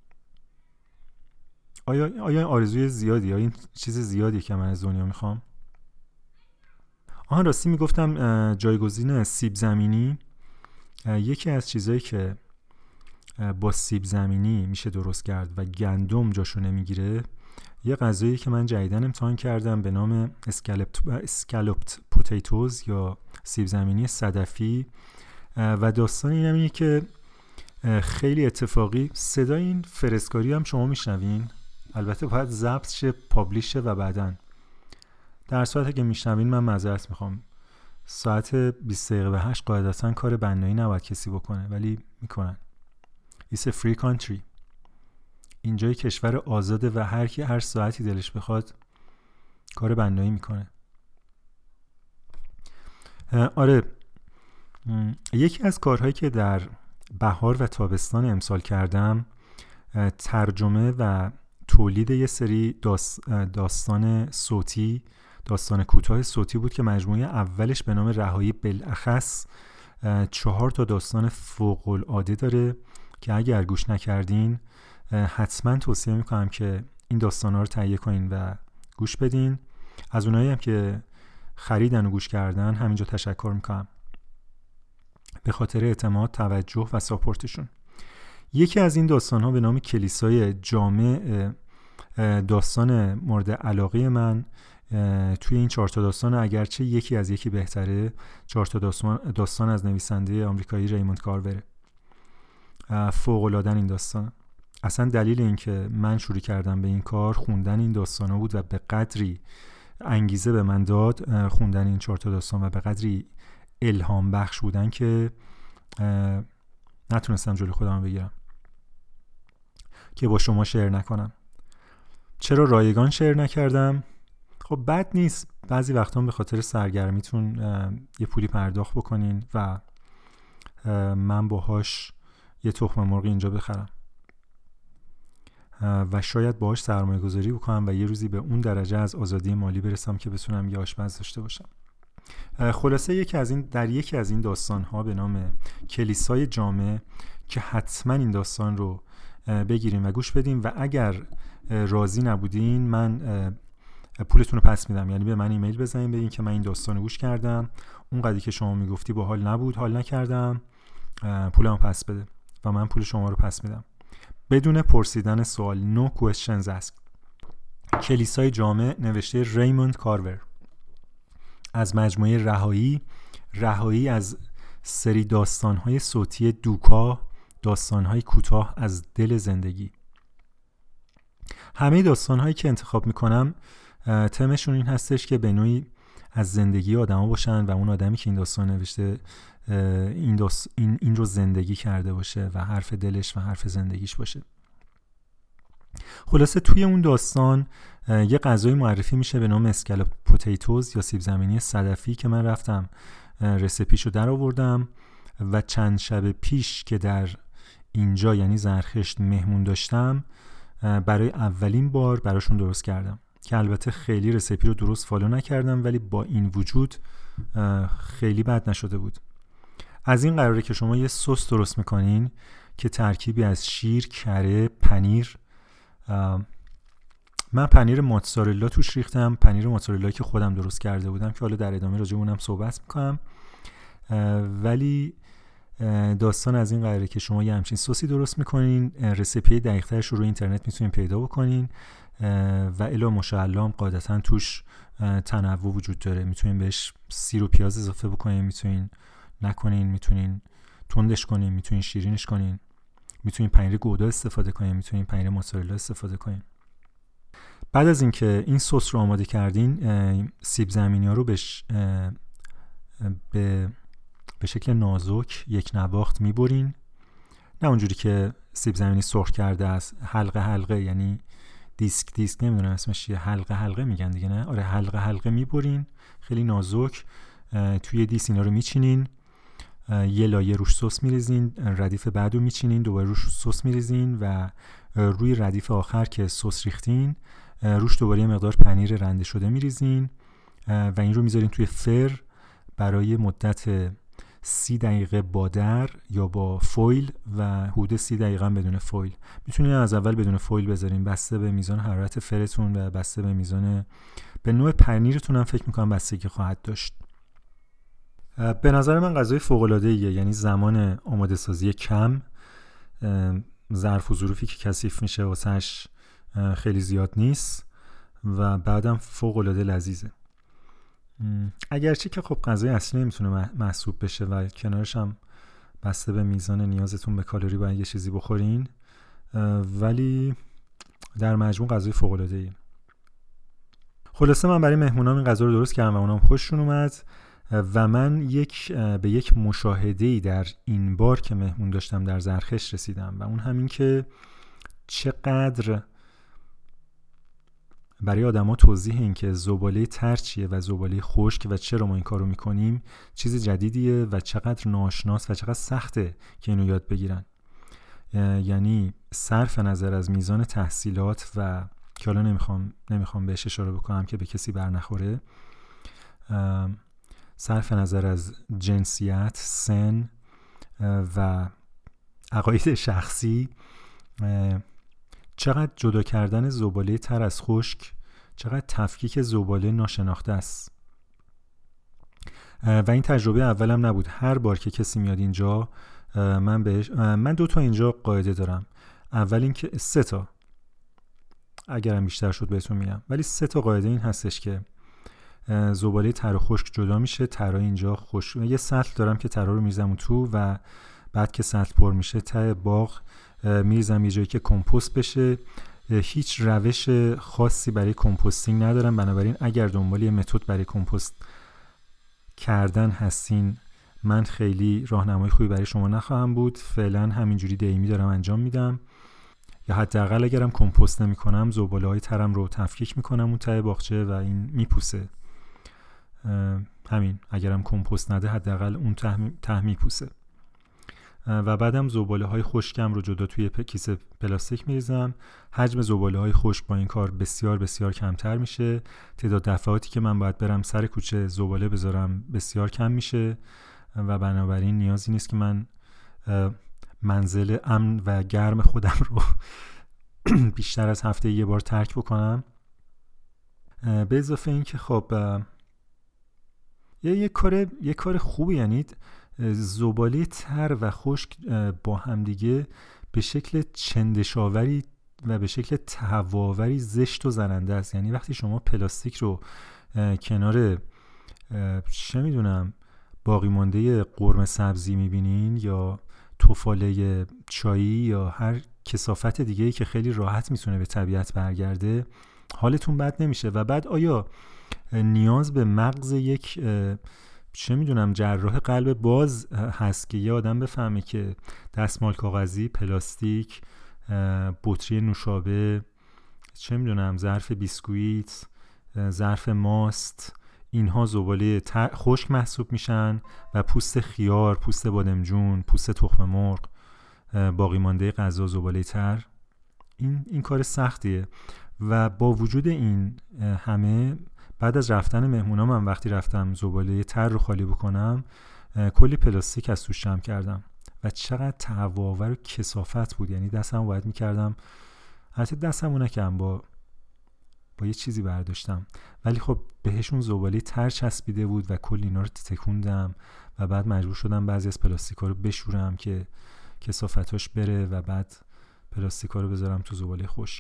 آیا آرزوی زیادی، آیا این چیز زیادیه که من از دنیا میخوام؟ راستی میگفتم جایگزین سیب زمینی، یکی از چیزایی که با سیب زمینی میشه درست کرد و گندم جاشو نمیگیره، یه غذایی که من جدیداً امتحان کردم به نام اسکالوپت پوتیتوز یا سیب زمینی صدفی. و داستان اینه که خیلی اتفاقی صدای این فرسکاری هم شما میشنوین، البته باید ضبط شه، پابلیش شه و بعدن در صورتی که میشنوین من معذرت میخوام. ساعت 7:20 قاعدتاً کار بنایی نباید کسی بکنه ولی میکنن. It's a free country. اینجای کشور آزاده و هر کی هر ساعتی دلش بخواد کار بنایی میکنه. آره، یکی از کارهایی که در بهار و تابستان امسال کردم ترجمه و تولید یه سری داستان صوتی، داستان کوتاه صوتی بود که مجموعه اولش به نام رهایی بالاخص 4 داستان فوق العاده داره که اگر گوش نکردین حتما توصیه میکنم که این داستانا رو تهیه کنین و گوش بدین. از اونایی هم که خریدن و گوش کردن همینجا تشکر میکنم به خاطر اعتماد، توجه و ساپورتشون. یکی از این داستان‌ها به نام کلیسای جامع داستان مورد علاقه من توی این 4 داستان، اگرچه یکی از یکی بهتره. 4 داستان از نویسنده آمریکایی ریموند کاروره. فوق‌العاده این داستان. اصلا دلیل این که من شروع کردم به این کار خوندن این داستانا بود و به قدری انگیزه به من داد خوندن این 4 داستان و به قدری الهام بخش بودن که نتونستم جلوی خودم بگیرم که با شما شیر نکنم. چرا رایگان شیر نکردم؟ خب بد نیست بعضی وقتا به خاطر سرگرمیتون یه پولی پرداخت بکنین و من باهاش یه تخم مرغ اینجا بخرم و شاید باهاش سرمایه گذاری بکنم و یه روزی به اون درجه از آزادی مالی برسم که بتونم یه آشپز داشته باشم. خلاصه یکی از این داستان ها به نام کلیسای جامع که حتما این داستان رو بگیریم و گوش بدیم و اگر راضی نبودین من پولتون رو پس میدم. یعنی به من ایمیل بزنین بگین که من این داستان رو گوش کردم، اون قدری که شما میگفتی باحال نبود، حال نکردم، پولمو پس بده و من پول شما رو پس میدم بدون پرسیدن سوال. No questions asked. کلیسای جامع نوشته ریموند کارور از مجموعه رهایی از سری داستان‌های صوتی دوکا، داستان‌های کوتاه از دل زندگی. همه داستان‌هایی که انتخاب می‌کنم تمشون این هستش که به نوعی از زندگی آدما باشن و اون آدمی که این داستان نوشته این رو زندگی کرده باشه و حرف دلش و حرف زندگیش باشه. خلاصه توی اون داستان یه غذای معرفی میشه به نام اسکالوپ پوتیتوز یا سیب زمینی صدفی که من رفتم رسیپیشو در آوردم و چند شب پیش که در اینجا یعنی زرخشت مهمون داشتم برای اولین بار براشون درست کردم که البته خیلی رسیپی رو درست فالو نکردم ولی با این وجود خیلی بد نشده بود. از این قراره که شما یه سس درست میکنین که ترکیبی از شیر، کره، پنیر، من پنیر موتزارلا توش ریختم، پنیر موتزارلا که خودم درست کرده بودم که حالا در ادامه راجع به اونم صحبت میکنم. ولی داستان از این قراره که شما یه همچین سوسی درست میکنین، رسیپی دقیق‌ترش رو اینترنت میتونین پیدا بکنین و الی ماشاءالله هم قاعدتاً توش تنوع وجود داره. میتونین بهش سیر و پیاز اضافه بکنین، میتونین نکنین، میتونین تندش کنین، میتونین شیرینش کنین، میتونین پنیر گودا استفاده کنین، میتونین پنیر موتزارلا استفاده کنین. بعد از اینکه این سس رو آماده کردین سیب زمینی‌ها رو به شکل نازک یک نواخت میبرین، نه اونجوری که سیب زمینی سرخ کرده است، حلقه یعنی دیسک نمیدونم اسمش چیه، حلقه میگن دیگه، نه آره حلقه میبرین خیلی نازک توی دیس اینا رو میچینین، یه لایه روش سس میریزین، ردیف بعد رو میچینین، دوباره روش سس میریزین و روی ردیف آخر که سس ریختین روش دوباره یه مقدار پنیر رنده شده میریزین و این رو میذارین توی فر برای مدت 30 دقیقه با در یا با فویل و حدود 30 دقیقه بدون فویل. میتونین از اول بدون فویل بذارین بسته به میزان حرارت فرتون و بسته به نوع پنیرتون هم فکر میکنم بستگی خواهد داشت. به نظر من غذای فوق العاده ایه، یعنی زمان آماده سازی کم، ظرف و ظروفی که کثیف میشه واسش خیلی زیاد نیست و بعدم فوق العاده لذیذه. اگرچه که خب غذای اصلی نمیتونه محسوب بشه و کنارش هم بسته به میزان نیازتون به کالری باید یه چیزی بخورین، ولی در مجموع غذای فوق العاده ای. خلاصه من برای مهمونام این غذا رو درست کردم و اونام خوششون اومد و من به یک مشاهده‌ای در این بار که مهمون داشتم در زرخش رسیدم و اون همین که چقدر برای آدما توضیح این که زباله تر چیه و زباله خشک و چرا ما این کارو میکنیم چیز جدیدیه و چقدر ناآشناست و چقدر سخته که اینو یاد بگیرن. یعنی صرف نظر از میزان تحصیلات و که حالا نمیخوام بهش اشاره بکنم که به کسی بر نخوره، صرف نظر از جنسیت، سن و عقاید شخصی، چقدر جدا کردن زباله تر از خشک، چقدر تفکیک زباله ناشناخته است. و این تجربه اولم نبود. هر بار که کسی میاد اینجا من 2 تا اینجا قاعده دارم. اول این که 3 تا، اگرم بیشتر شد بهتون میگم، ولی 3 تا قاعده این هستش که زباله تر و خشک جدا میشه. ترای اینجا خشک، یه سطل دارم که ترا رو میذارم تو و بعد که سطل پر میشه ته باغ میریزم یه جایی که کمپوست بشه. هیچ روش خاصی برای کمپوستینگ ندارم، بنابراین اگر دنبال یه متد برای کمپوست کردن هستین من خیلی راهنمای خوبی برای شما نخواهم بود. فعلا همینجوری دیمی دارم انجام میدم، یا حداقل اگرم کمپوست نمی‌کنم زباله‌های ترم رو تفکیک میکنم اون ته باغچه و این میپوسه. همین، اگرم کمپوست نده حداقل اون ته میپوسه. و بعدم زباله‌های خشکم رو جدا توی کیسه پلاستیک میریزم. حجم زباله‌های خشک با این کار بسیار بسیار کمتر میشه. تعداد دفعاتی که من باید برم سر کوچه زباله بذارم بسیار کم میشه و بنابراین نیازی نیست که من منزل امن و گرم خودم رو بیشتر از هفته یه بار ترک بکنم. به اضافه این که خب یه کار خوبی، یعنی زباله تر و خشک با همدیگه به شکل چندشاوری و به شکل تهوع‌آوری زشت و زننده است. یعنی وقتی شما پلاستیک رو کنار چه میدونم باقی مانده قرمه سبزی میبینین یا تفاله چایی یا هر کثافت دیگه‌ای که خیلی راحت میتونه به طبیعت برگرده، حالتون بد نمیشه. و بعد آیا نیاز به مغز یک چه میدونم جراح قلب باز هست که یه آدم بفهمه که دستمال کاغذی، پلاستیک، بطری نوشابه، چه میدونم ظرف بیسکویت، ظرف ماست، اینها زباله خشک محسوب میشن و پوست خیار، پوست بادمجون، پوست تخم مرغ، باقی مانده غذا زباله تر. این کار سختیه و با وجود این همه بعد از رفتن مهمونام من وقتی رفتم زباله تر رو خالی بکنم کلی پلاستیک از توش جمع کردم و چقدر تهوع‌آور و کثافت بود. یعنی دستم باید میکردم، حتی دستمو نکردم، با یه چیزی برداشتم، ولی خب بهشون زباله تر چسبیده بود و کلی اینا رو تکوندم و بعد مجبور شدم بعضی از پلاستیکا رو بشورم که کثافتاش بره و بعد پلاستیکا رو بذارم تو زباله خشک.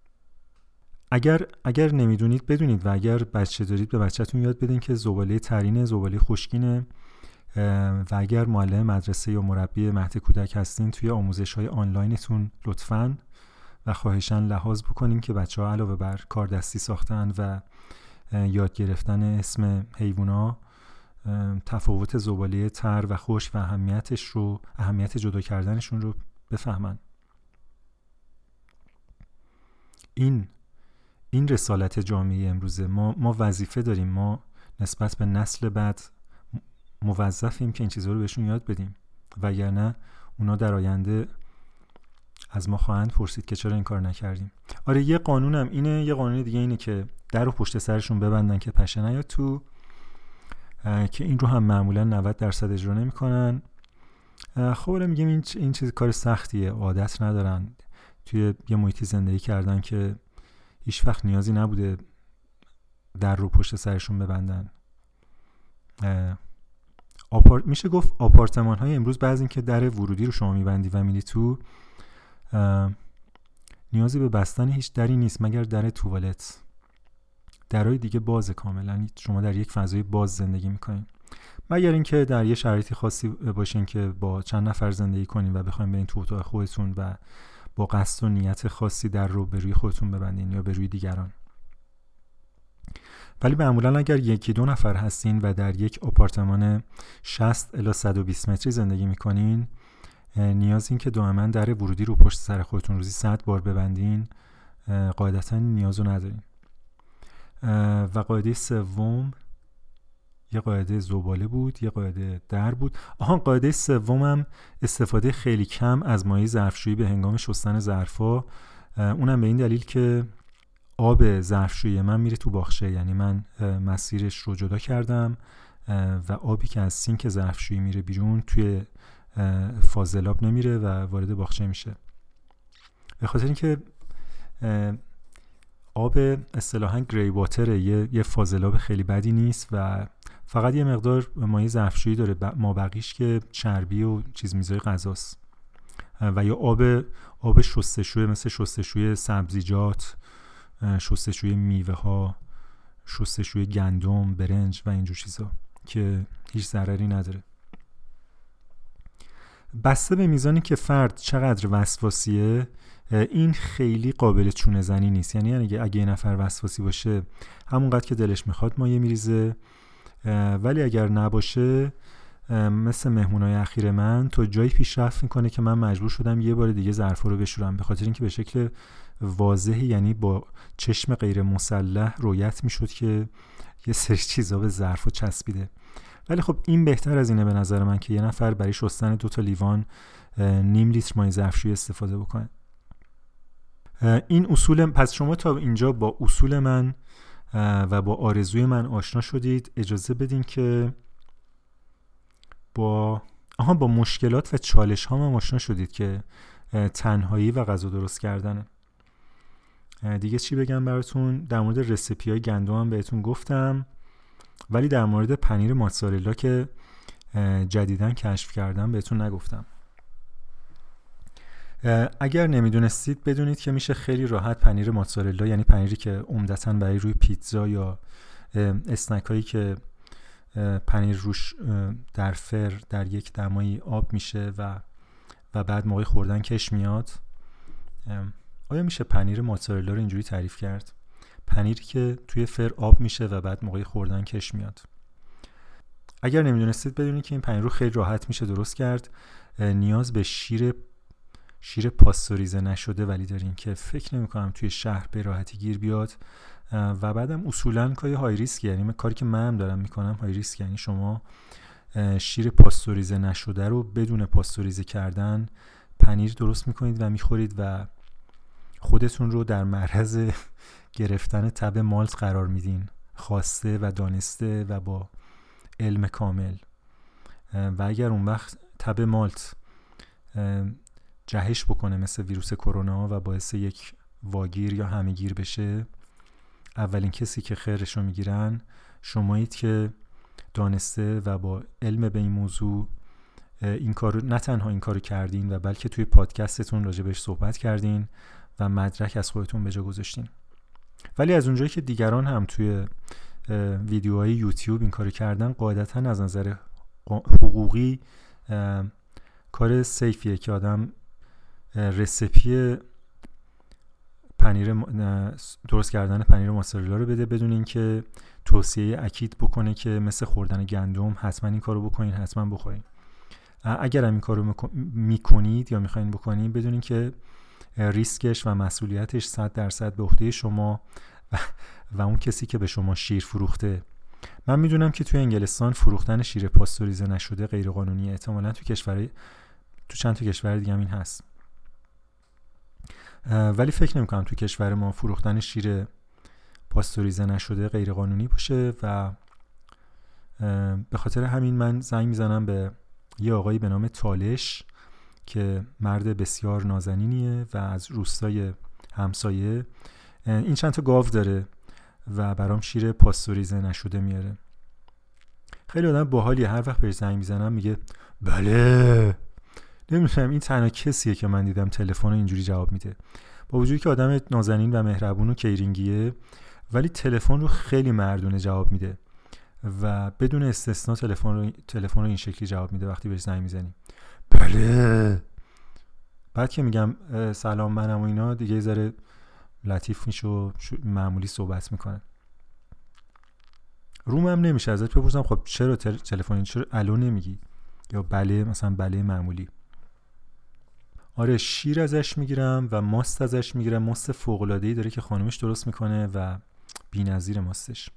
اگر نمیدونید بدونید و اگر بچه دارید به بچه‌تون یاد بدین که زباله ترینه، زباله خشکینه. و اگر معلم مدرسه یا مربی مهد کودک هستین توی آموزش‌های آنلاینتون لطفاً و خواهشاً لحاظ بکنین که بچه‌ها علاوه بر کار دستی ساختن و یاد گرفتن اسم حیوونا، تفاوت زباله تر و خشک و اهمیت جدا کردنشون رو بفهمن. این رسالت جامعه امروزه. ما وظیفه داریم، ما نسبت به نسل بعد موظفیم که این چیزها رو بهشون یاد بدیم، وگرنه اونا در آینده از ما خواهند پرسید که چرا این کار نکردیم. آره، یه قانونم اینه، یه قانون دیگه اینه که در رو پشت سرشون ببندن که پشه نیاد تو، که این رو هم معمولا 90% اجرا نمی‌کنن. خب میگیم این چیز کار سختیه، عادت ندارن، توی یه محیطی زندگی کردن که هیچ وقت نیازی نبوده در رو پشت سرشون ببندن. میشه گفت آپارتمان های امروز بعضی این که در ورودی رو شما میبندی و میری تو، نیازی به بستن هیچ دری نیست مگر در توالت. درهای دیگه بازه کاملا، شما در یک فضای باز زندگی میکنین، مگر اینکه در یه شرایطی خاصی باشین که با چند نفر زندگی کنین و بخواین برین تو اتاق خودتون و با قصد و نیت خاصی در رو به روی خودتون ببندین یا به روی دیگران. ولی معمولا اگر 1-2 نفر هستین و در یک آپارتمان 60 الی 120 متری زندگی میکنین، نیاز این که دائما در ورودی رو پشت سر خودتون روزی 100 بار ببندین قاعدتا نیازو ندارین. و قاعده سوم یه قاعده زباله بود، یه قاعده در بود. قاعده سومم استفاده خیلی کم از مایع ظرفشویی به هنگام شستن ظرفا، اونم به این دلیل که آب ظرفشویی من میره تو باغچه، یعنی من مسیرش رو جدا کردم و آبی که از سینک ظرفشویی میره بیرون توی فاضلاب نمیره و وارد باغچه میشه. به خاطر اینکه آب اصطلاحاً گری واتر، یه فاضلاب خیلی بدی نیست و فقط یه مقدار مایع ظرفشویی داره، ما بقیش که چربی و چیز میزای غذاست. و یا آب شستشوی مثل شستشوی سبزیجات، شستشوی میوه ها، شستشوی گندم، برنج و اینجور چیزا که هیچ ضرری نداره. بسته به میزانی که فرد چقدر وسواسیه، این خیلی قابل چونه زنی نیست. یعنی اگه یه نفر وسواسی باشه همونقدر که دلش میخواد مایه میریزه، ولی اگر نباشه مثل مهمونای اخیر من تا جایی پیشرفت میکنه که من مجبور شدم یه بار دیگه ظرفا رو بشورم، به خاطر اینکه به شکل واضحی، یعنی با چشم غیر مسلح رویت میشد که یه سری چیزا به ظرفا چسبیده. ولی خب این بهتر از اینه به نظر من که یه نفر برای شستن 2 لیوان 0.5 لیتر مایع ظرفشویی استفاده بکنه. این اصول، پس شما تا اینجا با اصول من و با آرزوی من آشنا شدید. اجازه بدین که با مشکلات و چالش ها من آشنا شدید که تنهایی و غذا درست کردنه. دیگه چی بگم براتون؟ در مورد رسیپی های گندم هم بهتون گفتم، ولی در مورد پنیر موتزارلا که جدیداً کشف کردم بهتون نگفتم. اگر نمیدونستید بدونید که میشه خیلی راحت پنیر موتزارلا، یعنی پنیری که عمدتاً برای روی پیتزا یا اسنک هایی که پنیر روش در فر در یک دمایی آب میشه و بعد موقع خوردن کش میاد، آیا میشه پنیر موتزارلا رو اینجوری تعریف کرد؟ پنیری که توی فر آب میشه و بعد موقع خوردن کش میاد. اگر نمیدونستید بدونید که این پنیر رو خیلی راحت میشه درست کرد. نیاز به شیر پاستوریزه نشده ولی دارین که فکر نمی‌کنم توی شهر به راحتی گیر بیاد و بعدم اصولاً کاری های ریسک، یعنی کاری که منم دارم میکنم های ریسک، یعنی شما شیر پاستوریزه نشده رو بدون پاستوریزه کردن پنیر درست میکنید و میخورید و خودتون رو در معرض گرفتن تب مالت قرار میدین، خواسته و دانسته و با علم کامل. و اگر اون وقت تب مالت جهش بکنه مثل ویروس کرونا و باعث یک واگیر یا همه‌گیر بشه، اولین کسی که خیرش رو میگیرن شمایید که دانسته و با علم به این موضوع این کارو، نه تنها این کارو کردین و بلکه توی پادکستتون راجع بهش صحبت کردین و مدرک از خودتون به جا گذاشتین. ولی از اونجایی که دیگران هم توی ویدیوهای یوتیوب این کارو کردن، قاعدتاً از نظر حقوقی کار سیفیه که آدم رسیپی پنیر درست کردن پنیر موتزارلا رو بده بدون اینکه توصیه اکید بکنه که مثل خوردن گندم حتما این کارو بکنین، حتما بخورین. اگر هم این کارو میکنید یا میخواین بکنین، بدونین که ریسکش و مسئولیتش 100% به عهده شما و اون کسی که به شما شیر فروخته. من میدونم که توی انگلستان فروختن شیر پاستوریزه نشده غیر قانونیه، احتمالاً تو چند تا کشور دیگه هم این هست، ولی فکر نمی‌کنم تو کشور ما فروختن شیر پاستوریزه نشده غیر قانونی باشه و به خاطر همین من زنگ میزنم به یه آقایی به نام تالش که مرد بسیار نازنینیه و از روستای همسایه. این چند تا گاو داره و برام شیر پاستوریزه نشده میاره. خیلی آدم باحالیه، هر وقت بهش زنگ میزنم میگه بله. نمی‌دونم این تنها کسیه که من دیدم تلفن رو اینجوری جواب میده. با وجودی که آدم نازنین و مهربون و کیرینگیه، ولی تلفن رو خیلی مردونه جواب میده و بدون استثنا تلفن رو این شکلی جواب میده وقتی بهش زنگ میزنی. بله. بعد که میگم سلام منم و اینا، دیگه یه ذره لطیف میشه و معمولی صحبت میکنه. رومم نمیشه ازت بپرسم خب چرا تلفنی، چرا الو نمیگی، یا بله، مثلا بله معمولی. آره، شیر ازش میگیرم و ماست ازش میگیرم. ماست فوق‌العاده‌ای داره که خانومش درست میکنه و بی‌نظیر ماستش.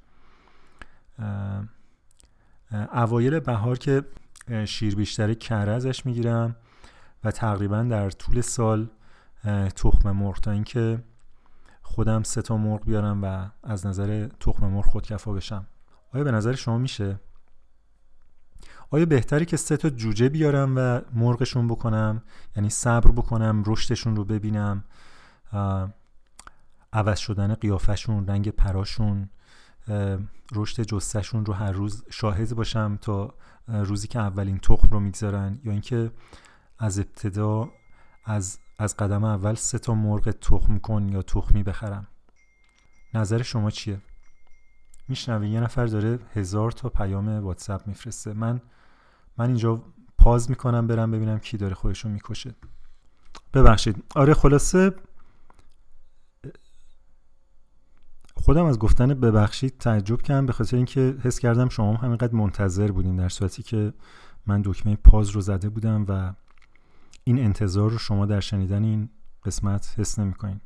اوایل بهار که شیر بیشتره کره ازش میگیرم و تقریبا در طول سال تخم مرغ، تا اینکه خودم 3 مرغ بیارم و از نظر تخم مرغ خودکفا بشم. آیا به نظر شما میشه؟ آیا بهتره که 3 جوجه بیارم و مرغشون بکنم، یعنی صبر بکنم رشدشون رو ببینم، عوض شدن قیافشون، رنگ پراشون، رشد جثهشون رو هر روز شاهد باشم تا روزی که اولین تخم رو میگذارن، یا اینکه از ابتدا از قدم اول 3 مرغ تخم کن یا تخمی بخرم؟ نظر شما چیه؟ میشنوی یه نفر داره 1000 تا پیام واتساپ میفرسته. من اینجا پاز میکنم برم ببینم کی داره خودشو میکشه. ببخشید. آره، خلاصه خودم از گفتن ببخشید تعجب کردم، به خاطر اینکه حس کردم شما همینقدر منتظر بودین، در صورتی که من دکمه پاز رو زده بودم و این انتظار رو شما در شنیدن این قسمت حس نمی‌کنین.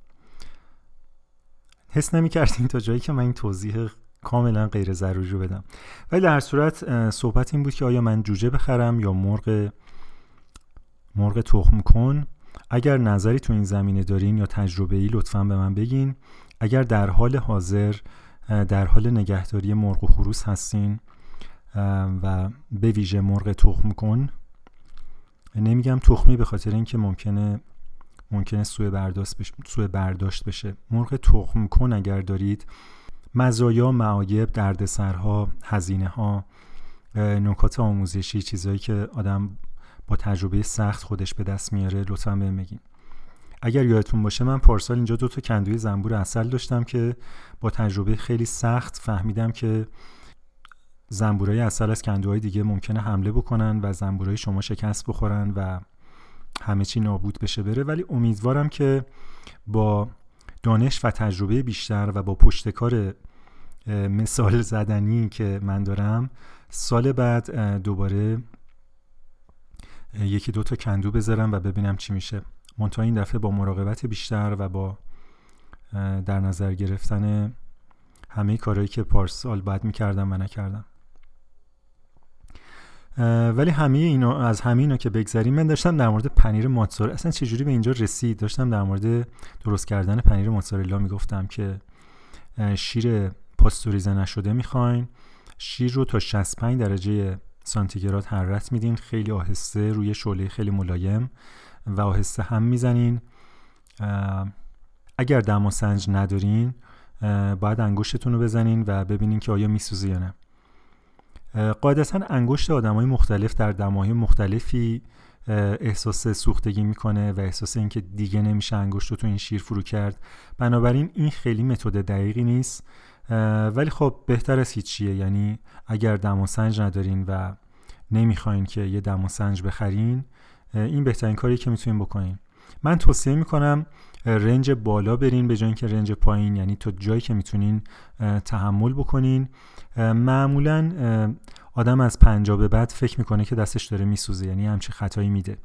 حس نمی‌کردین تا جایی که من این توضیح کاملا غیر ضروری رو بدم. ولی در صورت صحبت این بود که آیا من جوجه بخرم یا مرغ تخم کن. اگر نظری تو این زمینه دارین یا تجربه‌ای لطفاً به من بگین. اگر در حال حاضر در حال نگهداری مرغ و خروس هستین و به ویژه مرغ تخم کن، نمیگم تخمی به خاطر اینکه ممکنه سوء برداشت بشه. مرغ تخم کن اگر دارید، مزایا، معایب، دردسرها، هزینه‌ها، نکات آموزشی، چیزایی که آدم با تجربه سخت خودش به دست میاره، لطفاً بهم بگین. اگر یادتون باشه من پارسال اینجا 2 کندوی زنبور عسل داشتم که با تجربه خیلی سخت فهمیدم که زنبورای عسل از کندوهای دیگه ممکنه حمله بکنن و زنبورای شما شکست بخورن و همه چی نابود بشه بره. ولی امیدوارم که با دانش و تجربه بیشتر و با پشتکار مثال زدنی که من دارم، سال بعد دوباره 1-2 کندو بذارم و ببینم چی میشه. منتها این دفعه با مراقبت بیشتر و با در نظر گرفتن همه کارهایی که پارسال باید میکردم و نکردم. ولی از همه اینا که بگذریم، من داشتم در مورد پنیر موتزارلا، اصلا چجوری به اینجا رسید، داشتم در مورد درست کردن پنیر موتزارلا میگفتم که شیر پاستوریزه نشده میخواین. شیر رو تا 65 درجه سانتیگراد حرارت میدین، خیلی آهسته روی شعله خیلی ملایم و آهسته هم میزنین. اگر دماسنج ندارین باید انگشتتون رو بزنین و ببینین که آیا میسوزه یا نه. قاعدتا انگشت آدمای مختلف در دماهای مختلفی احساس سوختگی میکنه و احساس این که دیگه نمیشه انگشت رو تو این شیر فرو کرد. بنابراین این خیلی متد دقیقی نیست، ولی خب بهتر از هیچیه. یعنی اگر دماسنج ندارین و نمیخواین که یه دماسنج بخرین، این بهترین کاریه که میتونین بکنین. من توصیه میکنم رنج بالا برین به جای اینکه رنج پایین، یعنی تا جایی که میتونین تحمل بکنین. معمولا آدم از 50 به بعد فکر میکنه که دستش داره میسوزه، یعنی همچین خطایی میده.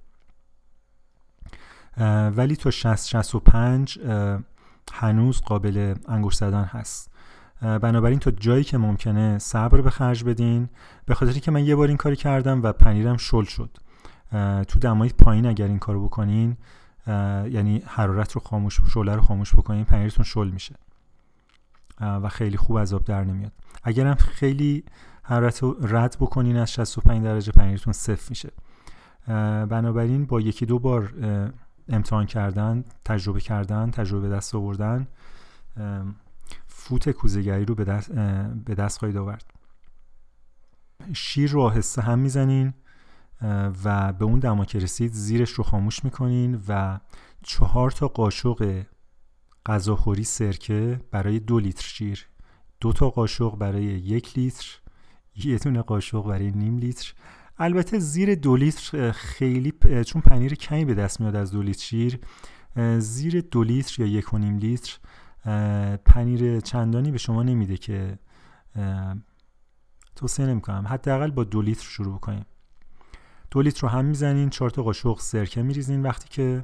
ولی تا 60-65 هنوز قابل انگشت زدن هست. بنابراین تا جایی که ممکنه صبر به خرج بدین، به خاطری که من یه بار این کاری کردم و پنیرم شل شد. تو دمای پایین اگر این کارو بکنین، یعنی حرارت رو شعله رو خاموش بکنین، پنیرتون شل میشه و خیلی خوب از آب در نمیاد. اگرم خیلی حرارت رو رد بکنین از 65 درجه، پنیرتون صفر میشه. بنابراین با 1-2 بار امتحان کردن، تجربه به دست آوردن، فوت کوزه‌گری رو به دست خواهید آورد. شیر رو آهسته هم میزنین و به اون دما که رسید زیرش رو خاموش میکنین و 4 قاشق غذاخوری سرکه برای 2 لیتر شیر، 2 قاشق برای 1 لیتر، 1 قاشق برای نیم لیتر. البته زیر 2 لیتر خیلی چون پنیر کمی به دست میاد از 2 لیتر شیر، زیر 2 لیتر یا 1.5 لیتر پنیر چندانی به شما نمیده که توصیه نمیکنم. حداقل با 2 لیتر شروع بکنیم. 2 لیتر رو هم میزنین، 4 قاشق سرکه میریزین. وقتی که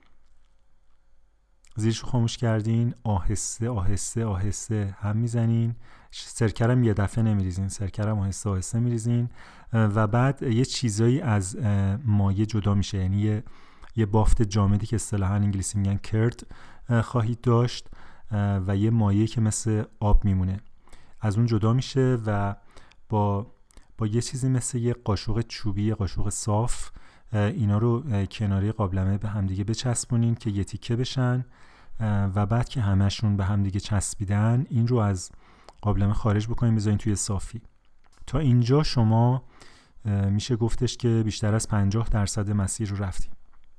زیرش رو خاموش کردین آهسته آهسته آهسته هم میزنین. سرکه رو یه دفعه نمیریزین، سرکه رو آهسته آهسته میریزین و بعد یه چیزایی از مایه جدا میشه، یعنی یه بافت جامدی که اصطلاحاً انگلیسی میگن کرد خواهید داشت و یه مایه که مثل آب میمونه از اون جدا میشه و با یه چیزی مثل یه قاشق چوبی، یه قاشق صاف، اینا رو کناری قابلمه به همدیگه بچسبونین که یه تیکه بشن و بعد که همشون به همدیگه چسبیدن این رو از قابلمه خارج بکنین، بذارین توی صافی. تا اینجا شما میشه گفتش که بیشتر از 50% مسیر رو رفتین.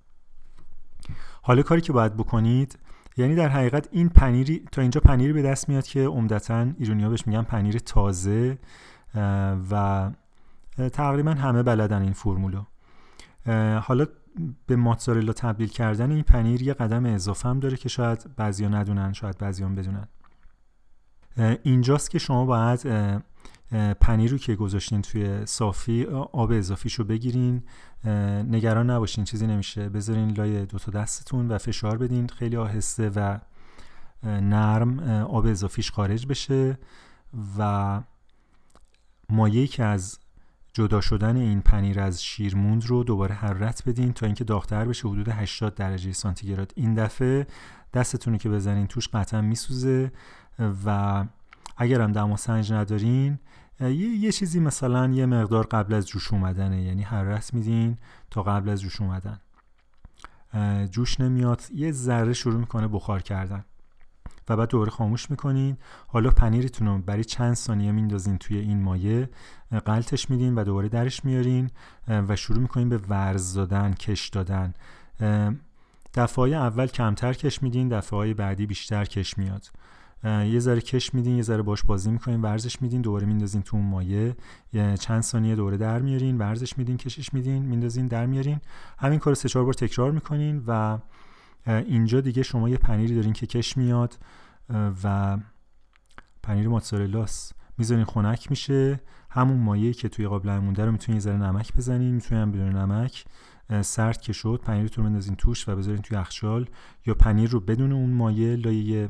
حالا کاری که باید بکنید، یعنی در حقیقت این پنیری تا اینجا پنیری به دست میاد که عمدتاً ایرانی‌ها بهش میگن پنیر تازه و تقریبا همه بلدن این فرمولو. حالا به موتزارلا تبدیل کردن این پنیر یه قدم اضافه هم داره که شاید بعضیا ندونن، شاید بعضیا هم بدونن. اینجاست که شما باید پنیر رو که گذاشتین توی صافی آب اضافیشو بگیرین. نگران نباشین، چیزی نمیشه. بذارین لای 2 دستتون و فشار بدین خیلی آهسته و نرم آب اضافیش خارج بشه و مایه‌ای که از جدا شدن این پنیر از شیر موند رو دوباره حرارت بدین تا اینکه داغ‌تر بشه، حدود 80 درجه سانتیگراد. این دفعه دستتون رو که بزنین توش قطعا میسوزه و اگر هم دماسنج ندارین یه چیزی مثلا یه مقدار قبل از جوش اومدنه، یعنی حرارت میدین تا قبل از جوش اومدن. جوش نمیاد یه ذره شروع میکنه بخار کردن و بعد دوباره خاموش میکنین. حالا پنیرتون رو برای چند ثانیه میندازین توی این مایه، غلتش میدین و دوباره درش میارین و شروع میکنین به ورز دادن، کش دادن. دفعه اول کمتر کش میدین، دفعه بعدی بیشتر کش میاد. یه ذره کش میدین، یه ذره باش بازی میکنین، ورزش میدین، دوباره میندازین تو اون مایه، چند ثانیه دوباره در میارین، ورزش میدین، کشش میدین، میندازین، در میارین. همین کارو 3-4 بار تکرار میکنین و اینجا دیگه شما یه پنیری دارین که کش میاد و پنیر موتزارلاست. میذارین خنک میشه. همون مایه‌ای که توی قابلمه مونده رو میتونین یه ذره نمک بزنین، میتونین هم بدون نمک. سرد که شد پنیرتون رو بندازین توش و بذارین توی یخچال، یا پنیر رو بدون اون مایه لایه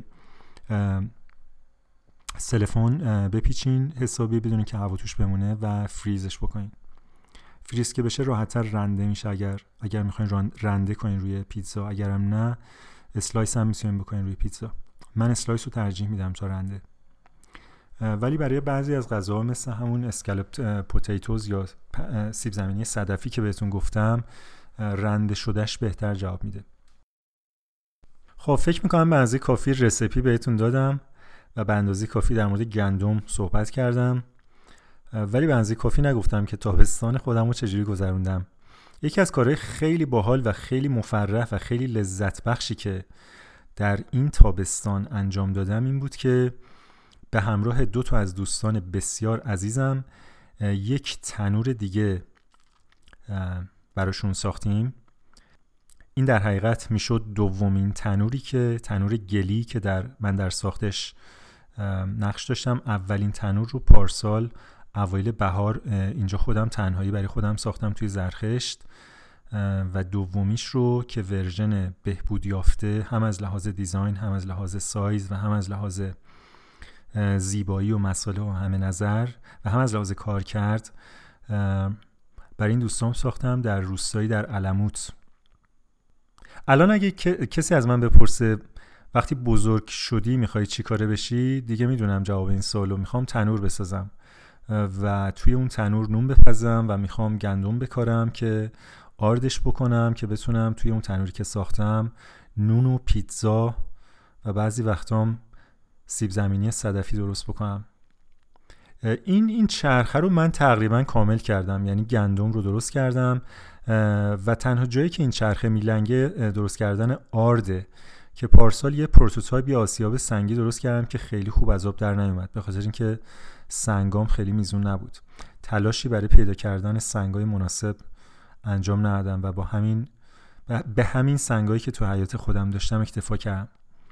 سلفون بپیچین حسابی بدون که هوا توش بمونه و فریزش بکنین. فریز که بشه راحت‌تر رنده میشه اگر میخواین رنده کنین روی پیتزا. اگرم نه اسلایس هم میتونین بکنین روی پیتزا. من اسلایس رو ترجیح میدم تا رنده. ولی برای بعضی از غذاها مثل همون اسکالپ پوتیتوز یا سیب زمینی صدفی که بهتون گفتم، رنده شدهش بهتر جواب میده. خب فکر میکنم به اندازه کافی رسیپی بهتون دادم و به اندازه کافی در مورد گندم صحبت کردم، ولی به اندازه کافی نگفتم که تابستان خودم رو چجوری گذروندم. یکی از کارهای خیلی باحال و خیلی مفرح و خیلی لذت بخشی که در این تابستان انجام دادم این بود که به همراه 2 از دوستان بسیار عزیزم یک تنور دیگه براشون ساختیم. این در حقیقت میشد دومین تنور گلی که من در ساختش نقش داشتم. اولین تنور رو پارسال اوایل بهار اینجا خودم تنهایی برای خودم ساختم توی زرخشت و دومیش رو که ورژن بهبود یافته هم از لحاظ دیزاین، هم از لحاظ سایز و هم از لحاظ زیبایی و مساله و همه نظر و هم از لحاظ کار کرد برای این دوستام ساختم در روستایی در علموت. الان اگه کسی از من بپرسه وقتی بزرگ شدی میخوای چی کاره بشی، دیگه میدونم جواب این سوالو. میخوام تنور بسازم و توی اون تنور نون بپزم و میخوام گندم بکارم که آردش بکنم که بتونم توی اون تنوری که ساختم نون و پیتزا و بعضی وقتام سیب زمینی صدفی درست بکنم. این چرخه رو من تقریبا کامل کردم، یعنی گندم رو درست کردم و تنها جایی که این چرخه میلنگه درست کردن آرده که پارسال یه پروتوتایپ یا آسیاب سنگی درست کردم که خیلی خوب از آب در نیومد، به خاطر اینکه سنگام خیلی میزون نبود. تلاشی برای پیدا کردن سنگای مناسب انجام ندادم و به همین سنگایی که تو حیاط خودم داشتم اکتفا کردم.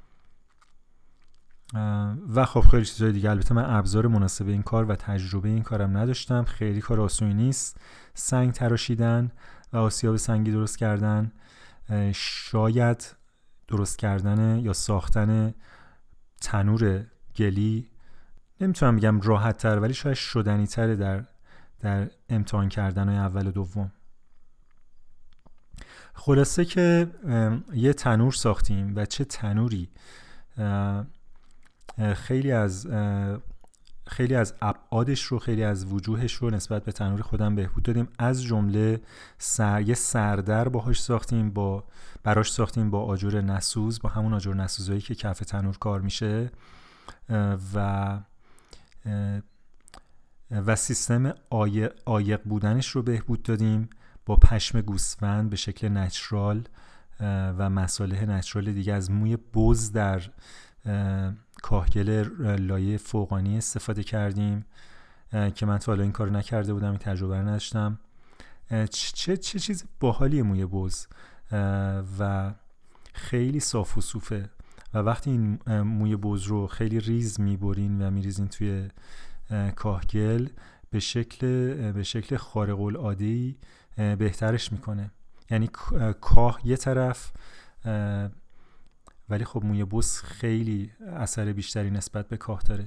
و خب خیلی چیزای دیگه. البته من ابزار مناسب این کار و تجربه این کارم نداشتم. خیلی کار آسونی نیست سنگ تراشیدن و آسیاب سنگی درست کردن. شاید درست کردن یا ساختن تنور گلی نمیتونم بگم راحت تر، ولی شاید شدنی تره در امتحان کردن اول و دوم. خلاصه که یه تنور ساختیم و چه تنوری! خیلی از ابعادش رو، خیلی از وجوهش رو نسبت به تنور خودم بهبود دادیم. از جمله یه سردر براش ساختیم با آجر نسوز، با همون آجر نسوزایی که کف تنور کار میشه و سیستم عایق بودنش رو بهبود دادیم با پشم گوسفند به شکل نچرال و مصالح نچرال دیگه. از موی بز در کاهگل لایه فوقانی استفاده کردیم که من تا حالا این کارو نکرده بودم، این تجربه رو نداشتم. چه چیز باحالیه موی بز و خیلی صاف و صوفه و وقتی این موی بز رو خیلی ریز میبرین و میریزین توی کاهگل به شکل خارق العاده‌ای بهترش میکنه. یعنی کاه یه طرف، ولی خب موی بز خیلی اثر بیشتری نسبت به کاه داره.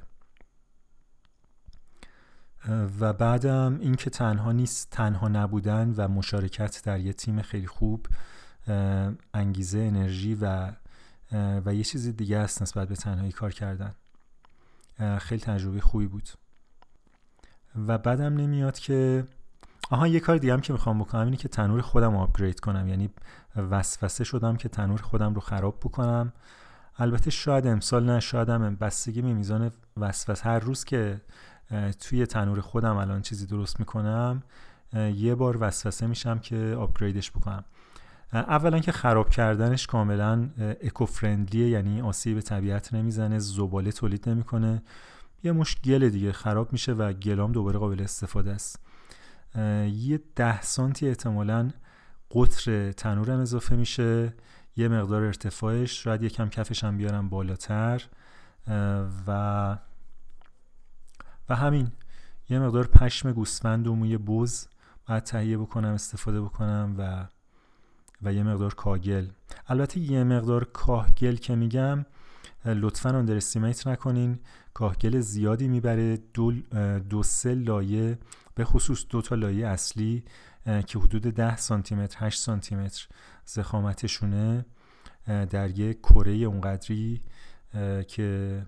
و بعدم این که تنها نبودن و مشارکت در یه تیم خیلی خوب انگیزه، انرژی و یه چیز دیگه است نسبت به تنهایی کار کردن. خیلی تجربه خوبی بود. و بعدم نمیاد که یه کار دیگه هم که میخوام بکنم اینه که تنور خودم رو آپگرید کنم. یعنی وسوسه شدم که تنور خودم رو خراب بکنم. البته شاید امسال نه، شاید هم بستگی به میزان وسوسه. هر روز که توی تنور خودم الان چیزی درست میکنم یه بار وسوسه میشم که آپگریدش بکنم. اولا که خراب کردنش کاملا اکو فرندلیه، یعنی آسیب به طبیعت نمیزنه، زباله تولید نمیکنه. یه مشت گل دیگه خراب میشه و گلام دوباره قابل استفاده است. یه 10 سانتی احتمالاً قطر تنورم اضافه میشه، یه مقدار ارتفاعش، شاید یکم کفش هم بیارم بالاتر و همین. یه مقدار پشم گوسفند و موی بز باید تهیه بکنم، استفاده بکنم و یه مقدار کاهگل. البته یه مقدار کاهگل که میگم لطفاً اندرستیمیت نکنین. کاهگل زیادی میبره. 2-3 لایه، به خصوص 2 تا لایه اصلی که حدود 10 سانتی متر 8 سانتی متر ضخامتشونه در یک کره اونقدری که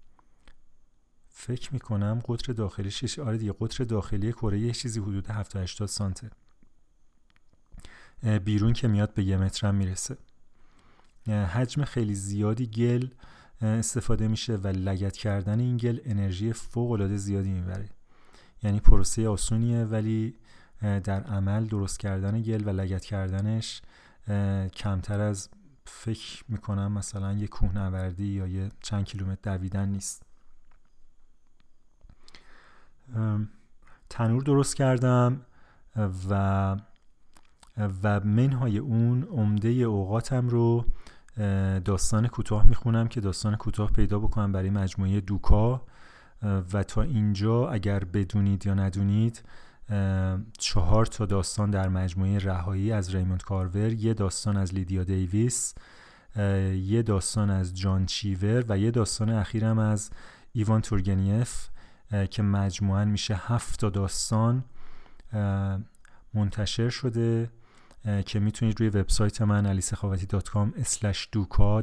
فکر میکنم قطر داخلیش قطر داخلی کره یه چیزی حدود 70-80 سانته، بیرون که میاد به 1 متر هم میرسه. حجم خیلی زیادی گل استفاده میشه و لگد کردن این گل انرژی فوق العاده زیادی میبره. یعنی پروسه آسونیه ولی در عمل درست کردن گل و لگد کردنش کمتر از فکر میکنم مثلا یه کوهنوردی یا یه چند کیلومتر دویدن نیست. تنور درست کردم و منهای اون عمده اوقاتم رو داستان کوتاه میخونم که داستان کوتاه پیدا بکنم برای مجموعه دوکا. و تا اینجا اگر بدونید یا ندونید 4 تا داستان در مجموعه رهایی از ریموند کارور، یه داستان از لیدیا دیویس، یه داستان از جان چیور و یه داستان اخیرم از ایوان تورگنیف که مجموعاً میشه 7 تا داستان منتشر شده که میتونید روی وبسایت من alisekhavati.com/duka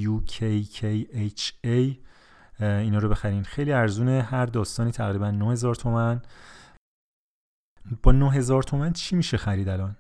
DUKKHA اینا رو بخرین. خیلی ارزونه، هر داستانی تقریبا 9000 تومان. با 9000 تومان چی میشه خرید الان؟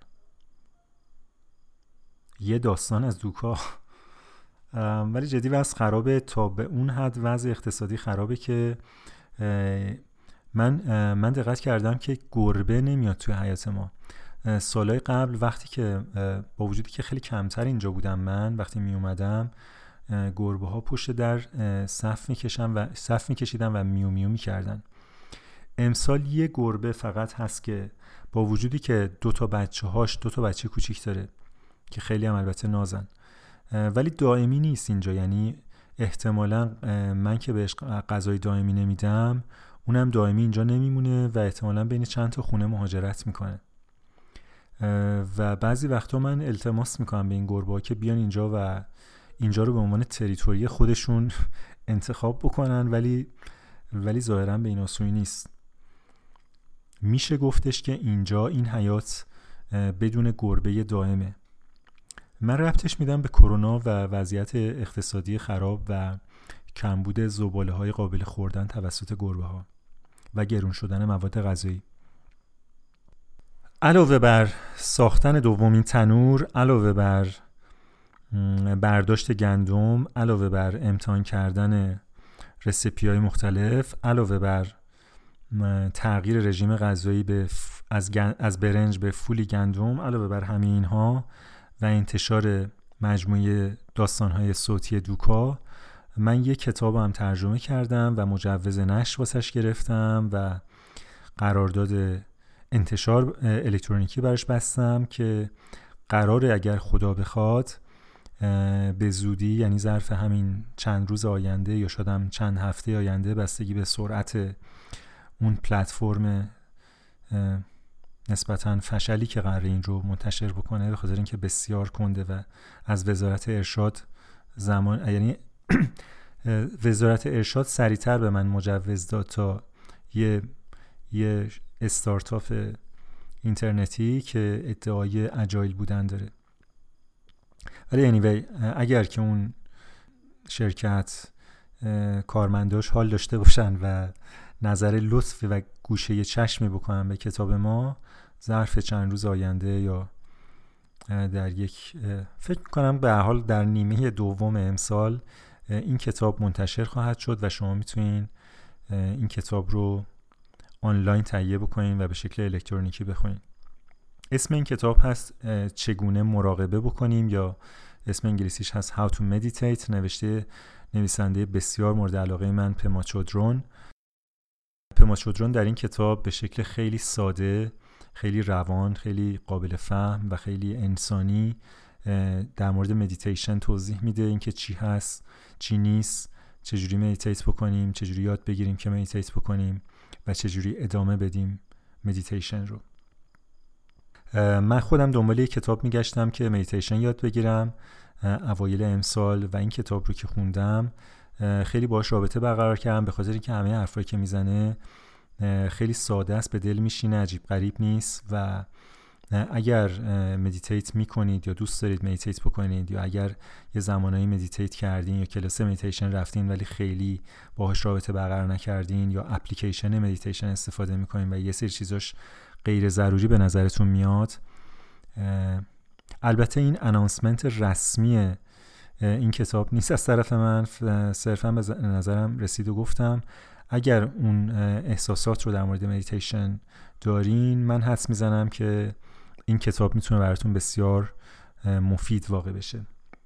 یه داستان از دوکا. ولی جدی وضع خرابه، تا به اون حد وضع اقتصادی خرابه که من دقت کردم که گربه نمیاد توی حیاط ما. سالهای قبل وقتی که با وجودی که خیلی کمتر اینجا بودم، من وقتی می اومدم گربه ها پشت در صف میکشیدن و میو میو میکردن. امسال یه گربه فقط هست که با وجودی که 2 بچه کوچیک داره که خیلی هم البته نازن، ولی دائمی نیست اینجا. یعنی احتمالاً من که بهش غذای دائمی نمیدم، اونم دائمی اینجا نمیمونه و احتمالاً بین چند تا خونه مهاجرت میکنه. و بعضی وقتا من التماس میکنم به این گربه‌ها که بیان اینجا و اینجا رو به عنوان تریتوری خودشون انتخاب بکنن، ولی ظاهراً به این آسونی نیست. میشه گفتش که اینجا این حیات بدون گربه دائمه. من ربطش میدم به کرونا و وضعیت اقتصادی خراب و کمبود زباله‌های قابل خوردن توسط گربه‌ها و گرون شدن مواد غذایی. علاوه بر ساختن دومین تنور، علاوه بر برداشت گندم، علاوه بر امتحان کردن رسیپی‌های مختلف، علاوه بر تغییر رژیم غذایی از برنج به فولی گندم، علاوه بر همه اینها و انتشار مجموعه داستان‌های صوتی دوکا، من یک کتاب هم ترجمه کردم و مجوز نشر واسش گرفتم و قرارداد انتشار الکترونیکی براش بستم که قراره اگر خدا بخواد به زودی، یعنی ظرف همین چند روز آینده یا شاید هم چند هفته آینده، بستگی به سرعت اون پلتفرم نسبتاً فشلی که قراره این رو منتشر بکنه، به خاطر اینکه بسیار کنده و از وزارت ارشاد یعنی وزارت ارشاد سریعتر به من مجوز داد تا یه استارتاپ اینترنتی که ادعای اجایل بودن داره. ولی anyway، اگر که اون شرکت کارمنداش حال داشته باشن و نظر لطفی و گوشه چشمی بکنن به کتاب ما، ظرف چند روز آینده یا در فکر میکنم به هر حال در نیمه دوم امسال این کتاب منتشر خواهد شد و شما میتونین این کتاب رو آنلاین تهیه بکنین و به شکل الکترونیکی بخونین. اسم این کتاب هست چگونه مراقبه بکنیم، یا اسم انگلیسیش هست How to Meditate، نوشته نویسنده بسیار مورد علاقه من پما چودرون. پما چودرون در این کتاب به شکل خیلی ساده، خیلی روان، خیلی قابل فهم و خیلی انسانی در مورد مدیتیشن توضیح میده، اینکه چی هست، چی نیست، چجوری مدیتیت بکنیم، چجوری یاد بگیریم که مدیتیت بکنیم و چجوری ادامه بدیم مدیتیشن رو. من خودم دنبال یک کتاب میگشتم که مدیتیشن یاد بگیرم اوایل امسال و این کتاب رو که خوندم خیلی باهاش رابطه برقرار کردم، به خاطر اینکه همه حرفایی که میزنه خیلی ساده است، به دل میشینه، عجیب غریب نیست و اگر مدیتیت میکنید یا دوست دارید مدیتیت بکنید یا اگر یه زمانایی مدیتیت کردین یا کلاس مدیتیشن رفتین ولی خیلی باهاش رابطه برقرار نکردین یا اپلیکیشن مدیتیشن استفاده میکنین و یه سری چیزاش غیر ضروری به نظرتون میاد، البته این اناونسمنت رسمی این کتاب نیست از طرف من، صرفا به نظرم رسید و گفتم اگر اون احساسات رو در مورد مدیتیشن دارین، من حدس میزنم که این کتاب میتونه براتون بسیار مفید واقع بشه.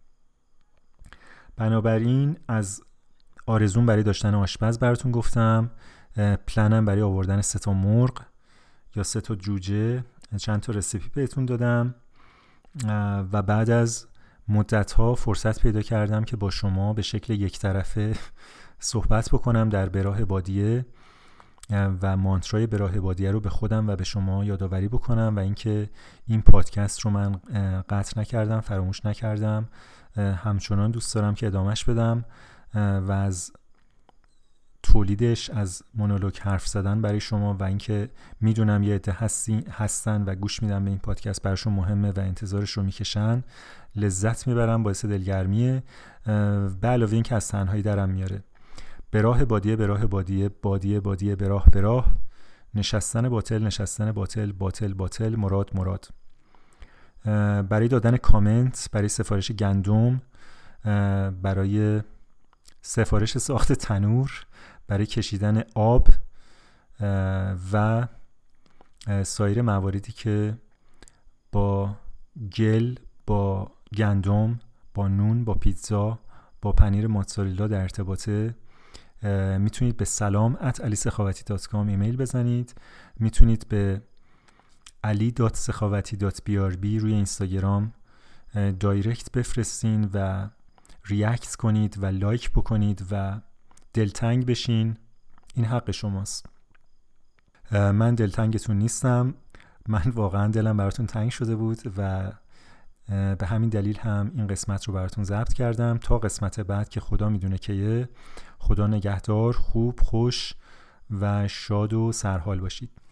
بنابراین از آرزون برای داشتن آشپز براتون گفتم، پلنم برای آوردن 3 تا مرغ یا 3 تا جوجه، چند تا رسیپی بهتون دادم و بعد از مدت‌ها فرصت پیدا کردم که با شما به شکل یک طرفه صحبت بکنم در براه بادیه و مانترای براه بادیه رو به خودم و به شما یادآوری بکنم و اینکه این پادکست رو من قطع نکردم، فراموش نکردم، همچنان دوست دارم که ادامهش بدم و از تولیدش، از مونولوگ حرف زدن برای شما و اینکه میدونم یه عده هستن و گوش میدن به این پادکست، براشون مهمه و انتظارش رو میکشن، لذت میبرم، باعث دلگرمیه، به علاوه این که از تنهایی درم میاره. براه بادیه، براه بادیه، بادیه بادیه، براه براه، نشستن باطل، نشستن باطل، باطل باطل، مراد مراد. برای دادن کامنت، برای سفارش گندم، برای سفارش ساخت تنور، برای کشیدن آب، و سایر مواردی که با گل، با گندم، با نون، با پیتزا، با پنیر موتزارلا در ارتباطه، میتونید به salam@alisakhavati.com ایمیل بزنید. میتونید به ali.sakhavati.brb روی اینستاگرام دایرکت بفرستین و ریاکت کنید و لایک بکنید و دلتنگ بشین. این حق شماست. من دلتنگتون نیستم، من واقعا دلم براتون تنگ شده بود و به همین دلیل هم این قسمت رو براتون ضبط کردم. تا قسمت بعد که خدا میدونه کیه، خدا نگهدار، خوب، خوش و شاد و سرحال باشید.